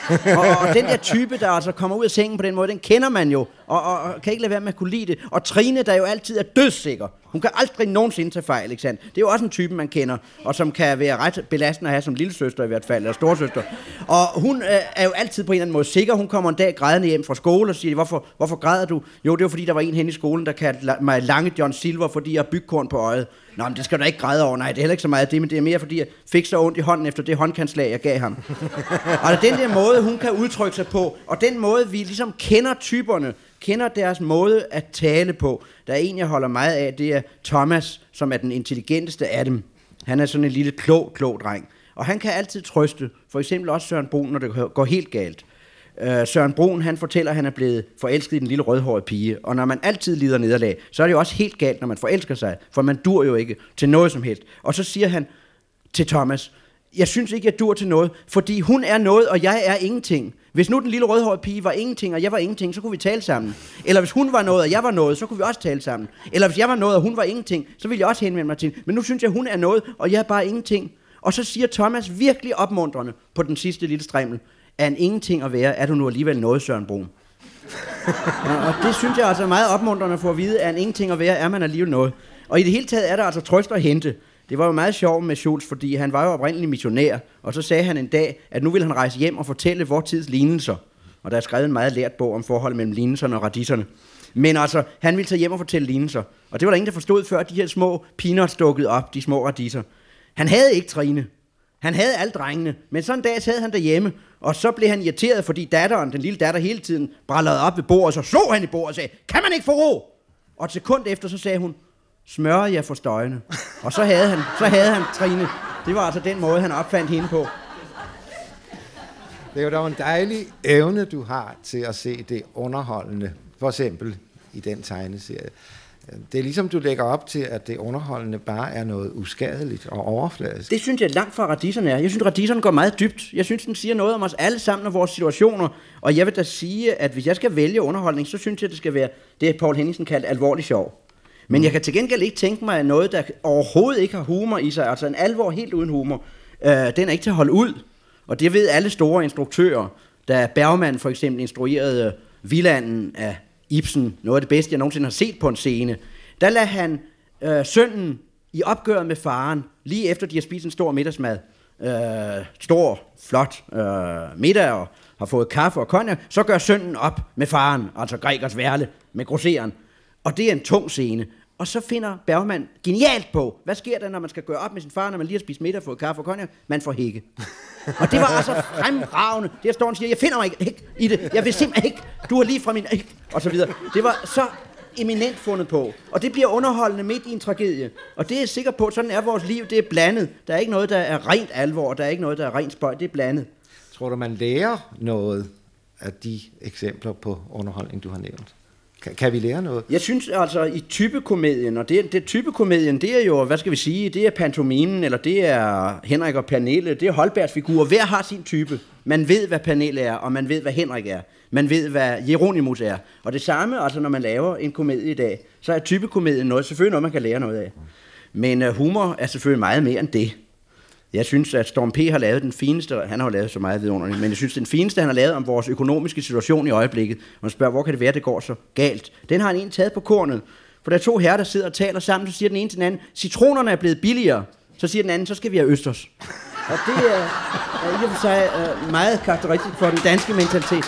Og den der type, der altså kommer ud af sengen på den måde, den kender man jo, og kan ikke lade være med at kunne lide det. Og Trine, der jo altid er dødssikker. Hun kan aldrig nogensinde tage fejl, ikke sandt? Det er jo også en type, man kender, og som kan være ret belastende at have som lillesøster i hvert fald, eller storesøster. Og hun er jo altid på en eller anden måde sikker. Hun kommer en dag grædende hjem fra skole og siger, hvorfor græder du? Jo, det var fordi, der var en hen i skolen, der kaldte mig Lange John Silver, fordi jeg har bygkorn på øjet. Nå, men det skal du ikke græde over. Nej, det er heller ikke så meget det, men det er mere, fordi jeg fik så ondt i hånden efter det håndkantslag, jeg gav ham. Og det er den der måde, hun kan udtrykke sig på, og den måde, vi ligesom kender typerne, kender deres måde at tale på. Der er en, jeg holder meget af, det er Thomas, som er den intelligenteste af dem. Han er sådan en lille klog dreng. Og han kan altid trøste, for eksempel også Søren Brun, når det går helt galt. Søren Brun, han fortæller, at han er blevet forelsket i den lille rødhårede pige. Og når man altid lider nederlag, så er det jo også helt galt, når man forelsker sig. For man dur jo ikke til noget som helst. Og så siger han til Thomas, jeg synes ikke, jeg dur til noget, fordi hun er noget, og jeg er ingenting. Hvis nu den lille rødhårede pige var ingenting, og jeg var ingenting, så kunne vi tale sammen. Eller hvis hun var noget, og jeg var noget, så kunne vi også tale sammen. Eller hvis jeg var noget, og hun var ingenting, så ville jeg også henvende mig til hende. Men nu synes jeg, hun er noget, og jeg er bare ingenting. Og så siger Thomas virkelig opmuntrende på den sidste lille strimmel, er en ingenting at være, er du nu alligevel noget, Søren Brun? Og det synes jeg altså er meget opmuntrende for at vide, er en ingenting at være, er man alligevel noget. Og i det hele taget er der altså trøst at hente. Det var jo meget sjovt med Schultz, fordi han var jo oprindelig missionær, og så sagde han en dag, at nu ville han rejse hjem og fortælle vor tids lignelser. Og der er skrevet en meget lært bog om forholdet mellem lignelserne og radisserne. Men altså, han ville tage hjem og fortælle lignelser. Og det var der ingen, der forstod før, de her små peanuts dukkede op, de små radisser. Han havde ikke Trine. Han havde alle drengene, men sådan en dag sad han derhjemme, og så blev han irriteret, fordi datteren, den lille datter, hele tiden brallede op ved bordet, så slog han i bordet og sagde, kan man ikke få ro? Og et sekund efter, så sagde hun, smører jeg for støjene. Og så havde han Trine. Det var altså den måde, han opfandt hende på. Det er jo dog en dejlig evne, du har til at se det underholdende, for eksempel i den tegneserie. Det er ligesom, du lægger op til, at det underholdende bare er noget uskadeligt og overfladisk. Det synes jeg langt fra radisserne er. Jeg synes, radisserne går meget dybt. Jeg synes, den siger noget om os alle sammen og vores situationer. Og jeg vil da sige, at hvis jeg skal vælge underholdning, så synes jeg, det skal være det, Poul Henningsen kaldte alvorlig sjov. Men jeg kan til gengæld ikke tænke mig noget, der overhovedet ikke har humor i sig. Altså en alvor helt uden humor. Den er ikke til at holde ud. Og det ved alle store instruktører. Da Bergman for eksempel instruerede Vildanden af Ibsen, noget af det bedste, jeg nogensinde har set på en scene, der lader han sønnen i opgøret med faren, lige efter de har spist en stor middagsmad, stor, flot middag, og har fået kaffe og cognac, så gør sønnen op med faren, altså Gregers Værle, med grossereren. Og det er en tung scene. Og så finder Bergman genialt på, hvad sker der, når man skal gøre op med sin far, når man lige har spist middag, fået kaffe og cognac? Man får hække. Og det var altså fremragende. Der står han og siger, jeg finder mig ikke i det. Jeg vil simpelthen ikke. Du har lige fra min... Og så videre. Det var så eminent fundet på. Og det bliver underholdende midt i en tragedie. Og det er jeg sikker på, sådan er vores liv. Det er blandet. Der er ikke noget, der er rent alvor. Der er ikke noget, der er rent spøj. Det er blandet. Tror du, man lærer noget af de eksempler på underholdning, du har nævnt? Kan vi lære noget? Jeg synes altså i typekomedien, og det typekomedien, det er jo, hvad skal vi sige, det er pantomimen, eller det er Henrik og Pernille, det er Holbergs figurer. Hver har sin type. Man ved, hvad Pernille er, og man ved, hvad Henrik er. Man ved, hvad Jeronimus er. Og det samme, altså når man laver en komedie i dag, så er typekomedien noget, selvfølgelig noget, man kan lære noget af. Men humor er selvfølgelig meget mere end det. Jeg synes, at Storm P. har lavet den fineste, han har lavet så meget vidunderligt, men jeg synes, den fineste, han har lavet om vores økonomiske situation i øjeblikket, og man spørger, hvor kan det være, det går så galt? Den har han egentlig taget på kornet, for der er to herrer, der sidder og taler sammen, så siger den ene til den anden, citronerne er blevet billigere, så siger den anden, så skal vi have østers. Og det er i og for sig meget karakteristisk for den danske mentalitet.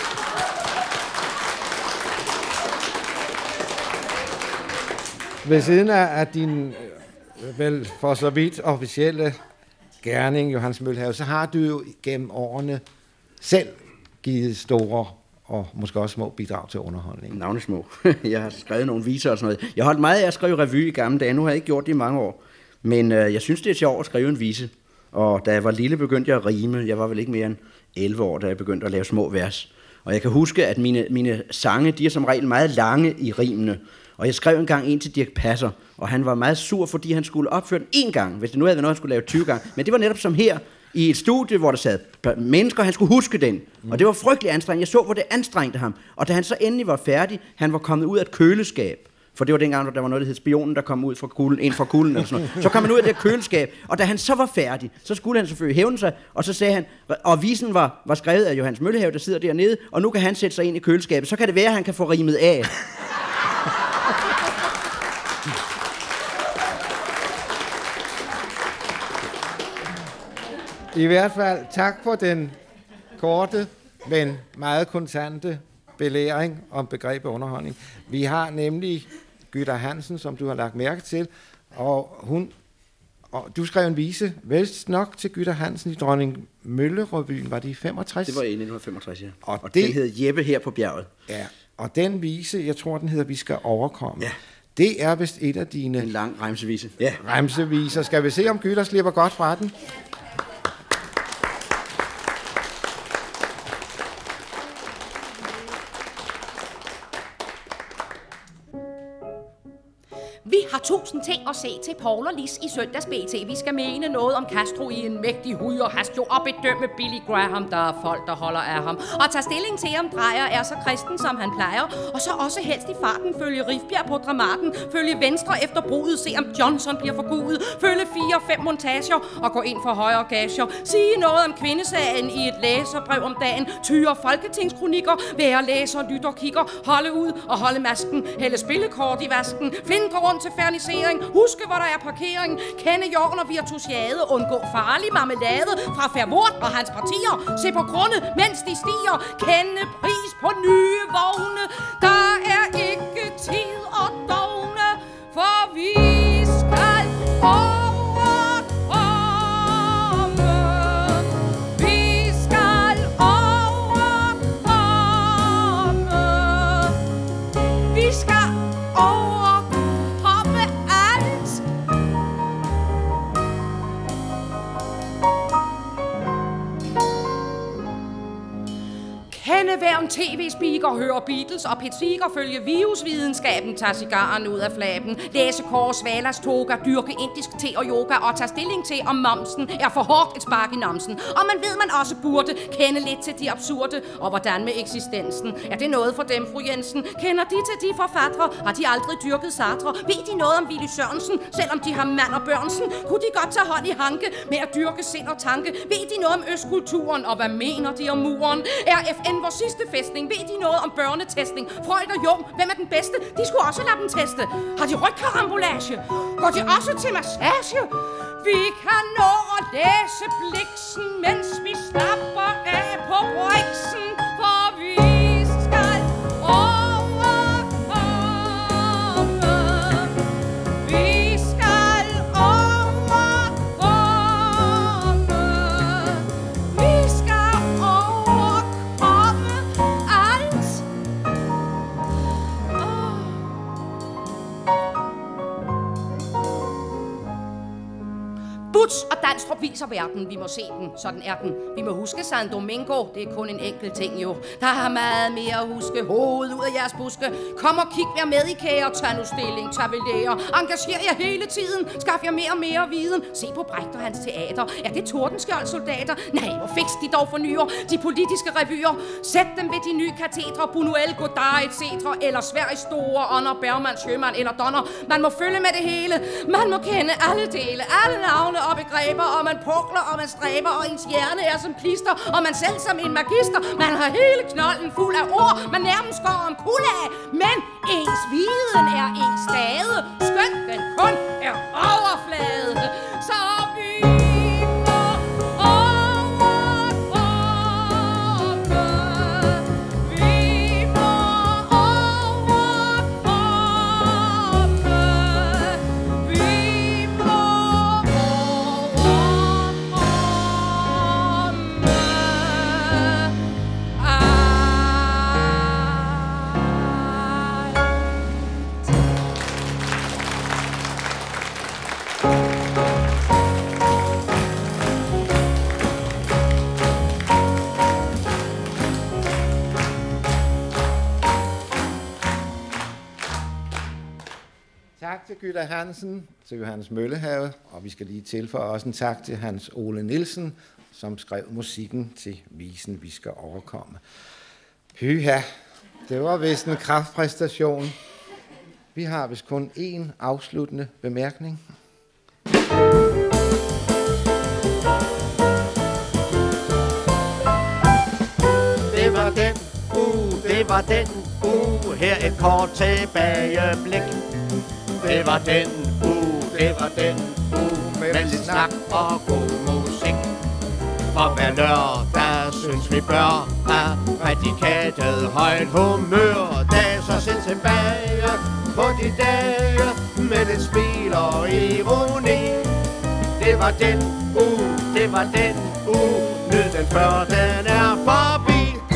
Ved siden af din vel for så vidt officielle gerning, Johannes Møllehave, så har du jo gennem årene selv givet store og måske også små bidrag til underholdning. Navnesmå. Jeg har skrevet nogle viser og sådan noget. Jeg holdt meget af at skrive revy i gamle dage. Nu har jeg ikke gjort det i mange år. Men jeg synes, det er sjovt at skrive en vise. Og da jeg var lille, begyndte jeg at rime. Jeg var vel ikke mere end 11 år, da jeg begyndte at lave små vers. Og jeg kan huske, at mine sange, de er som regel meget lange i rimene. Og jeg skrev engang en til Dirch Passer, og han var meget sur, fordi han skulle opføre den én gang, hvis det nu havde været noget, han skulle lave 20 gange. Men det var netop som her, i et studie, hvor der sad mennesker, han skulle huske den. Og det var frygtelig anstrengende. Jeg så, hvor det anstrengte ham. Og da han så endelig var færdig, han var kommet ud af et køleskab. For det var dengang, der var noget, der hed Spionen, der kom ud fra kuglen, ind fra kuglen eller sådan noget. Så kom han ud af det køleskab, og da han så var færdig, så skulle han selvfølgelig hævne sig, og så sagde han, og visen var skrevet af Johannes Møllehave, der sidder dernede, og nu kan han sætte sig ind i køleskabet. Så kan det være, at han kan få rimet af. I hvert fald tak for den korte, men meget kontante belæring om begrebet underholdning. Vi har nemlig Gytter Hansen, som du har lagt mærke til, og du skrev en vise, vist nok til Gytter Hansen i Dronning Mølle-revyen, var det i 65? Det var i 1965, ja. Og den hed Jeppe her på bjerget. Ja, og den vise, jeg tror, den hedder Vi skal overkomme. Ja. Det er vist et af dine... En lang remsevise. Ja. Remseviser. Skal vi se, om Gytter slipper godt fra den? Vi har 1000 ting at se til Paul og Lis i søndags BT. Vi skal mene noget om Castro i en mægtig hud og hastjo og bedømme Billy Graham, der er folk, der holder af ham. Og tage stilling til, om Drejer er så kristen, som han plejer. Og så også helst i farten følge Rifbjerg på Dramaten. Følge Venstre efter brudet, se om Johnson bliver forgudet. Følge 4-5 montager og gå ind for højere gager. Sige noget om kvindesagen i et læserbrev om dagen. Tyre folketingskronikker, være læser, lytter, kigger. Holde ud og holde masken. Hælde spillekort i vasken. Flinde rundt til fernisering. Huske, hvor der er parkering. Kende jorden og virtusiade. Undgå farlig marmelade fra Fervort og hans partier. Se på grunde, mens de stiger. Kende pris på nye vogne. Der er ikke tid at dogne, for vi skal overkomme. være en tv-speaker, høre Beatles og Pete Seeger følge virusvidenskaben, tage cigaren ud af flaben, læse Kåre Svalas toga, dyrke indisk te og yoga og tage stilling til, om momsen er for hårdt et spark i namsen. Og man ved, man også burde kende lidt til de absurde, og hvordan med eksistensen. Er det noget for dem, fru Jensen? Kender de til de forfattere? Har de aldrig dyrket Sartre? Ved de noget om Willy Sørensen? Selvom de har mand og børnsen, kunne de godt tage hånd i hanke med at dyrke sind og tanke? Ved de noget om østkulturen, og hvad mener de om muren? Er FN vores sidste fæstning? Ved de noget om børnetestning? Freud og Jung, hvem er den bedste? De skulle også lade dem teste. Har de rygkarambolage? Går de også til massage? Vi kan nå at læse Bliksen, mens vi slapper af på Brixen, for vi skal overkomme. Vi skal overkomme. Vi skal overkomme alt. Butz og Danstrup viser verden. Vi må se den. Sådan er den. Vi må huske San Domingo. Det er kun en enkelt ting jo. Der er meget mere at huske. Hovedet ud af jeres buske. Kom og kig, vær med i kære. Tag nu stilling, tag ved lære. Engager jer hele tiden. Skaff jer mere og mere viden. Se på Brecht og hans teater. Er det Tordenskjold-soldater? Nej, hvor fikst de dog fornyer. De politiske revyer. Sæt dem ved de nye katetre. Buñuel, Godard, etc. Eller Sveriges store ånder, Bergman, Sjöman eller Donner. Man må følge med det hele. Man må kende alle dele. Alle navne og begreber, og man pukler, og man stræber, og ens hjerne er som klister, og man selv som en magister. Man har hele knolden fuld af ord, man nærmest går om kul af, men ens viden er ens stade, skønt den kun er overflade. Så vi må overkomme. Vi må overkomme. Vi må Tak til Gyda Hansen, til Johannes Møllehave, og vi skal lige tilføje også en tak til Hans Ole Nielsen, som skrev musikken til visen, vi skal overkomme. Pyha, det var vist en kraftpræstation. Vi har vist kun én afsluttende bemærkning. Det var den det var den her et kort tilbageblik. Det var den med lidt snak og god musik. For hver lørdag synes vi bør have prædikatet højt humør. Da så sind tilbage på de dage med lidt smil og ironi. Det var den nyd den før den er forbi.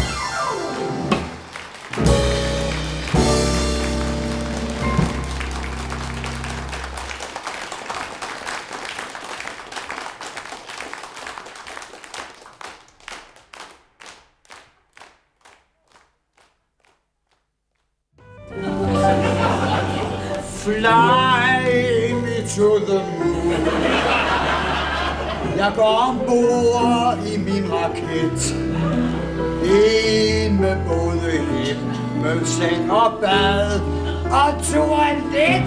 Fly me to the moon. Jeg går ombord i min raket. En med både himmelseng og bad og toilet.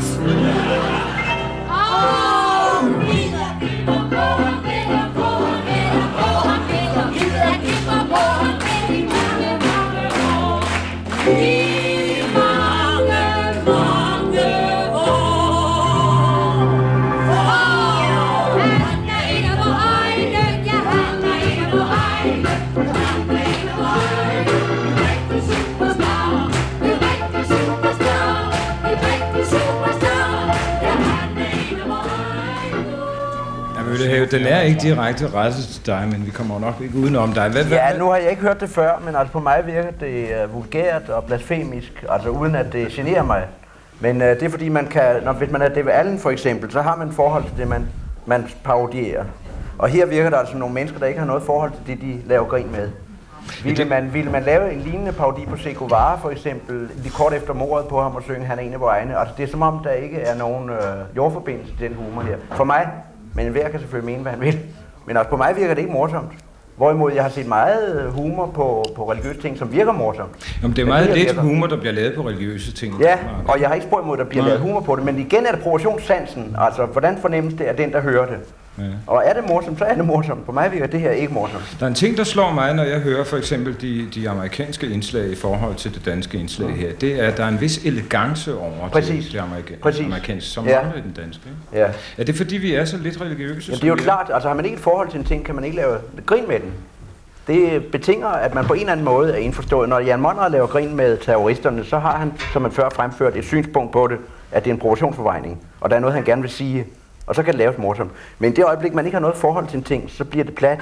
Den er ikke direkte rettet til dig, men vi kommer nok ikke udenom dig. Ja, nu har jeg ikke hørt det før, men altså på mig virker det vulgært og blasfemisk, altså uden at det generer mig. Men det er fordi man kan, hvis man er David Allen for eksempel, så har man forhold til det, man parodierer. Og her virker der altså nogle mennesker, der ikke har noget forhold til det, de laver grin med. Ville man lave en lignende parodi på Che Guevara, for eksempel, lige kort efter mordet på ham og synge Han er en af vore egne? Altså, det er som om, der ikke er nogen jordforbindelse til den humor her. For mig, men enhver kan selvfølgelig mene, hvad han vil, men også på mig virker det ikke morsomt. Hvorimod jeg har set meget humor på religiøse ting, som virker morsomt. Jamen, det er meget lidt humor, der bliver lavet på religiøse ting. Ja, og jeg har ikke spurgt imod, at der bliver lavet humor på det, men igen er det provokationssansen. Altså, hvordan fornemmes det af den, der hører det? Ja. Og er det morsomt, så er det morsomt. På mig virker det her ikke morsomt. Der er en ting, der slår mig, når jeg hører for eksempel de amerikanske indslag i forhold til det danske indslag her. Det er, at der er en vis elegance over det amerikanske, som mangler i den danske. Ja. Er det fordi, vi er så lidt religiøse? Ja, det er jo klart. Altså, har man ikke et forhold til en ting, kan man ikke lave grin med den. Det betinger, at man på en eller anden måde er indforstået. Når Jan Monrad laver grin med terroristerne, så har han, som man før fremført, et synspunkt på det, at det er en provokationsforvejning, og der er noget, han gerne vil sige. Og så kan det laves morsomt. Men i det øjeblik, man ikke har noget forhold til en ting, så bliver det plat.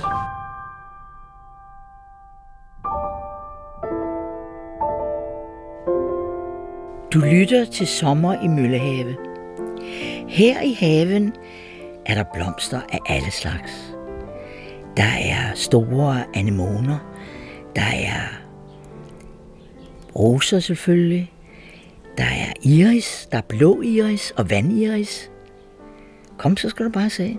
Du lytter til Sommer i Møllehave. Her i haven er der blomster af alle slags. Der er store anemoner. Der er roser selvfølgelig. Der er iris. Der er blå iris og vandiris. Kom, så skal du bare se.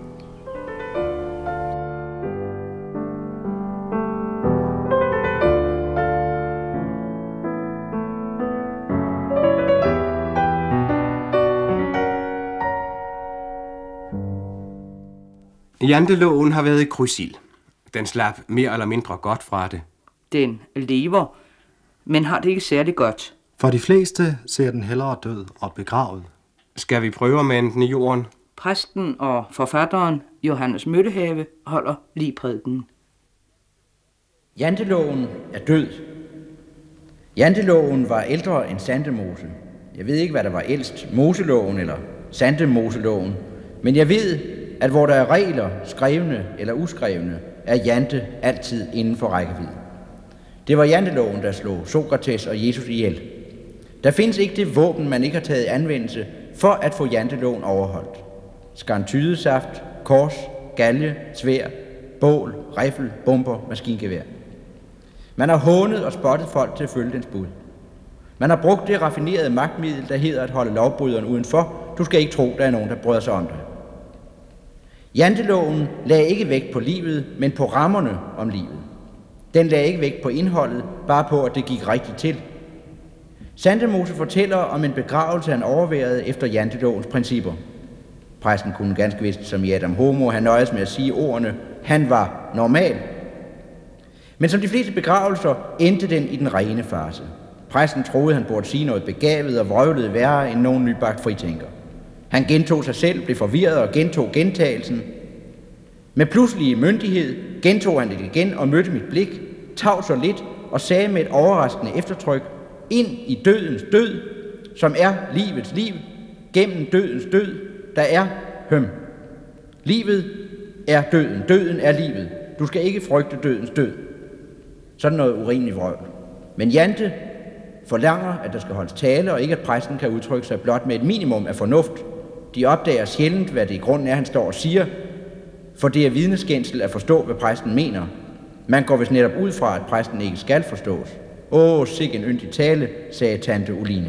Janteloven har været i krydsild. Den slap mere eller mindre godt fra det. Den lever, men har det ikke særlig godt. For de fleste ser den hellere død og begravet. Skal vi prøve at mande den i jorden? Præsten og forfatteren Johannes Møllehave holder ligprædiken. Janteloven er død. Janteloven var ældre end Sandemose. Jeg ved ikke, hvad der var ældst, Moseloven eller Sandemoseloven, men jeg ved, at hvor der er regler, skrevne eller uskrevne, er Jante altid inden for rækkevidde. Det var Janteloven, der slog Sokrates og Jesus ihjel. Der findes ikke det våben, man ikke har taget i anvendelse for at få Janteloven overholdt. Skarntydesaft, kors, galge, sværd, bål, riffel, bomber, maskingevær. Man har hånet og spottet folk til at følge dens bud. Man har brugt det raffinerede magtmiddel, der hedder at holde lovbryderen udenfor. Du skal ikke tro, der er nogen, der bryder sig om det. Janteloven lagde ikke vægt på livet, men på rammerne om livet. Den lagde ikke vægt på indholdet, bare på, at det gik rigtigt til. Sandemose fortæller om en begravelse, han overværede efter Jantelovens principper. Præsten kunne ganske vist, som i Adam Homo, han nøjes med at sige ordene, han var normal. Men som de fleste begravelser, endte den i den rene farce. Præsten troede, han burde sige noget begavet og vrøvlede værre end nogen nybagt fritænker. Han gentog sig selv, blev forvirret og gentog gentagelsen. Med pludselig myndighed gentog han det igen og mødte mit blik, tav så lidt og sagde med et overraskende eftertryk, ind i dødens død, som er livets liv, gennem dødens død, der er Livet er døden, døden er livet. Du skal ikke frygte dødens død. Sådan noget urimeligt vrøvl. Men Jante forlanger, at der skal holdes tale, og ikke at præsten kan udtrykke sig blot med et minimum af fornuft. De opdager sjældent, hvad det i grunden er, han står og siger, for det er vidneskændsel at forstå, hvad præsten mener. Man går vist netop ud fra, at præsten ikke skal forstås. Sikke en yndig tale, sagde tante Oline.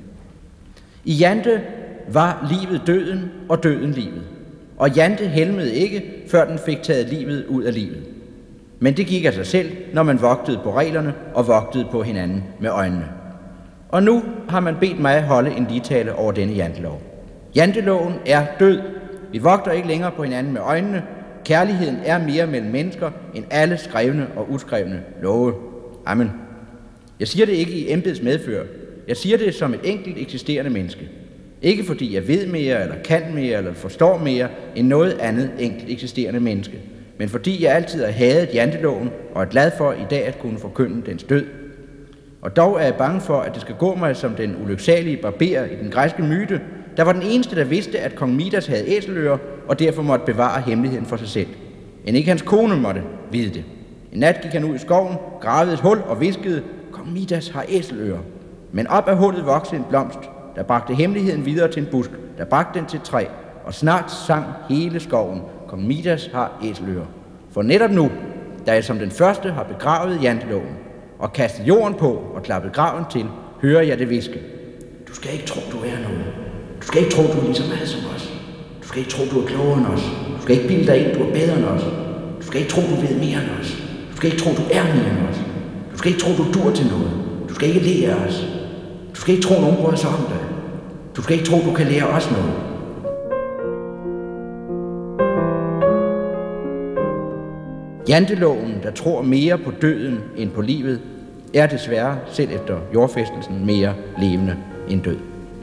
I Jante var livet døden, og døden livet. Og Jante helmede ikke, før den fik taget livet ud af livet. Men det gik af sig selv, når man vogtede på reglerne og vogtede på hinanden med øjnene. Og nu har man bedt mig holde en ligtale over denne jantelov. Janteloven er død. Vi vogter ikke længere på hinanden med øjnene. Kærligheden er mere mellem mennesker end alle skrevne og uskrevne love. Amen. Jeg siger det ikke i embeds medfør. Jeg siger det som et enkelt eksisterende menneske. Ikke fordi jeg ved mere, eller kan mere, eller forstår mere end noget andet enkelt eksisterende menneske. Men fordi jeg altid har hadet janteloven og er glad for i dag at kunne forkynde dens død. Og dog er jeg bange for, at det skal gå mig som den ulyksalige barber i den græske myte, der var den eneste, der vidste, at kong Midas havde æselører, og derfor måtte bevare hemmeligheden for sig selv. End ikke hans kone måtte vide det. En nat gik han ud i skoven, gravede et hul og viskede, kong Midas har æselører. Men op af hullet voksede en blomst, der bragte hemmeligheden videre til en busk, der bragte den til et træ, og snart sang hele skoven, kong Midas har æselører. For netop nu da jeg som den første har begravet janteloven og kastet jorden på og klappet graven til, hører jeg det hviske. Du skal ikke tro, du er noget. Du skal ikke tro, du er lige så meget som os. Du skal ikke tro, du er klogere end os. Du skal ikke bilde dig ind, du er bedre end os. Du skal ikke tro, du ved mere end os. Du skal ikke tro, du er mere end os. Du skal ikke tro, du dur til noget. Du skal ikke lære af os. Du skal ikke tro, nogen bryder sig om dig. Du skal ikke tro, du kan lære os noget. Janteloven, der tror mere på døden end på livet, er desværre, selv efter jordfæstelsen, mere levende end død.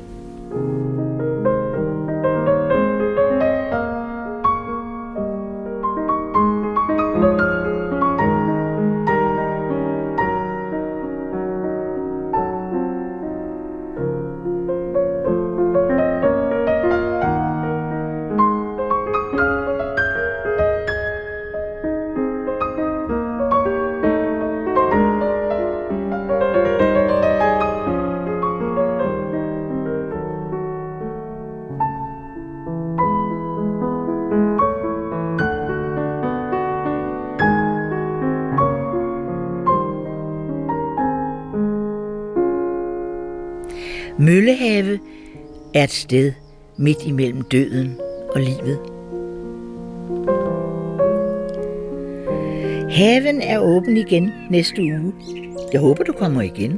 Møllehave er et sted midt imellem døden og livet. Haven er åben igen næste uge. Jeg håber, du kommer igen.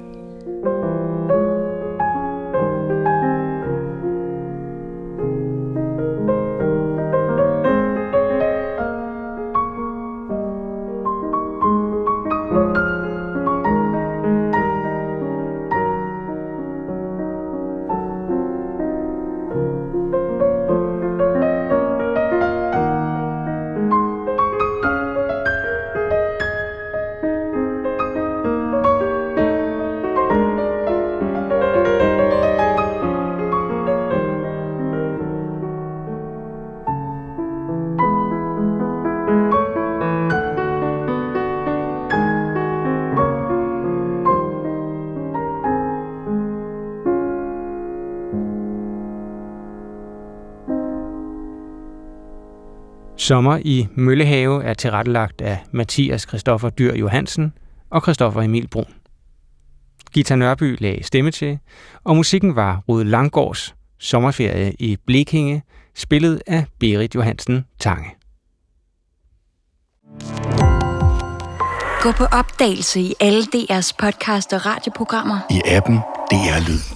Sommer i Møllehave er tilrettelagt af Mathias Christoffer Dyhr Johansen og Christoffer Emil Brun. Gita Nørby lagde stemme til, og musikken var Rude Langgaards Sommerferie i Blekinge, spillet af Berit Johansen Tange. Gå på opdagelse i alle DR's podcast og radioprogrammer. I appen DR Lyd.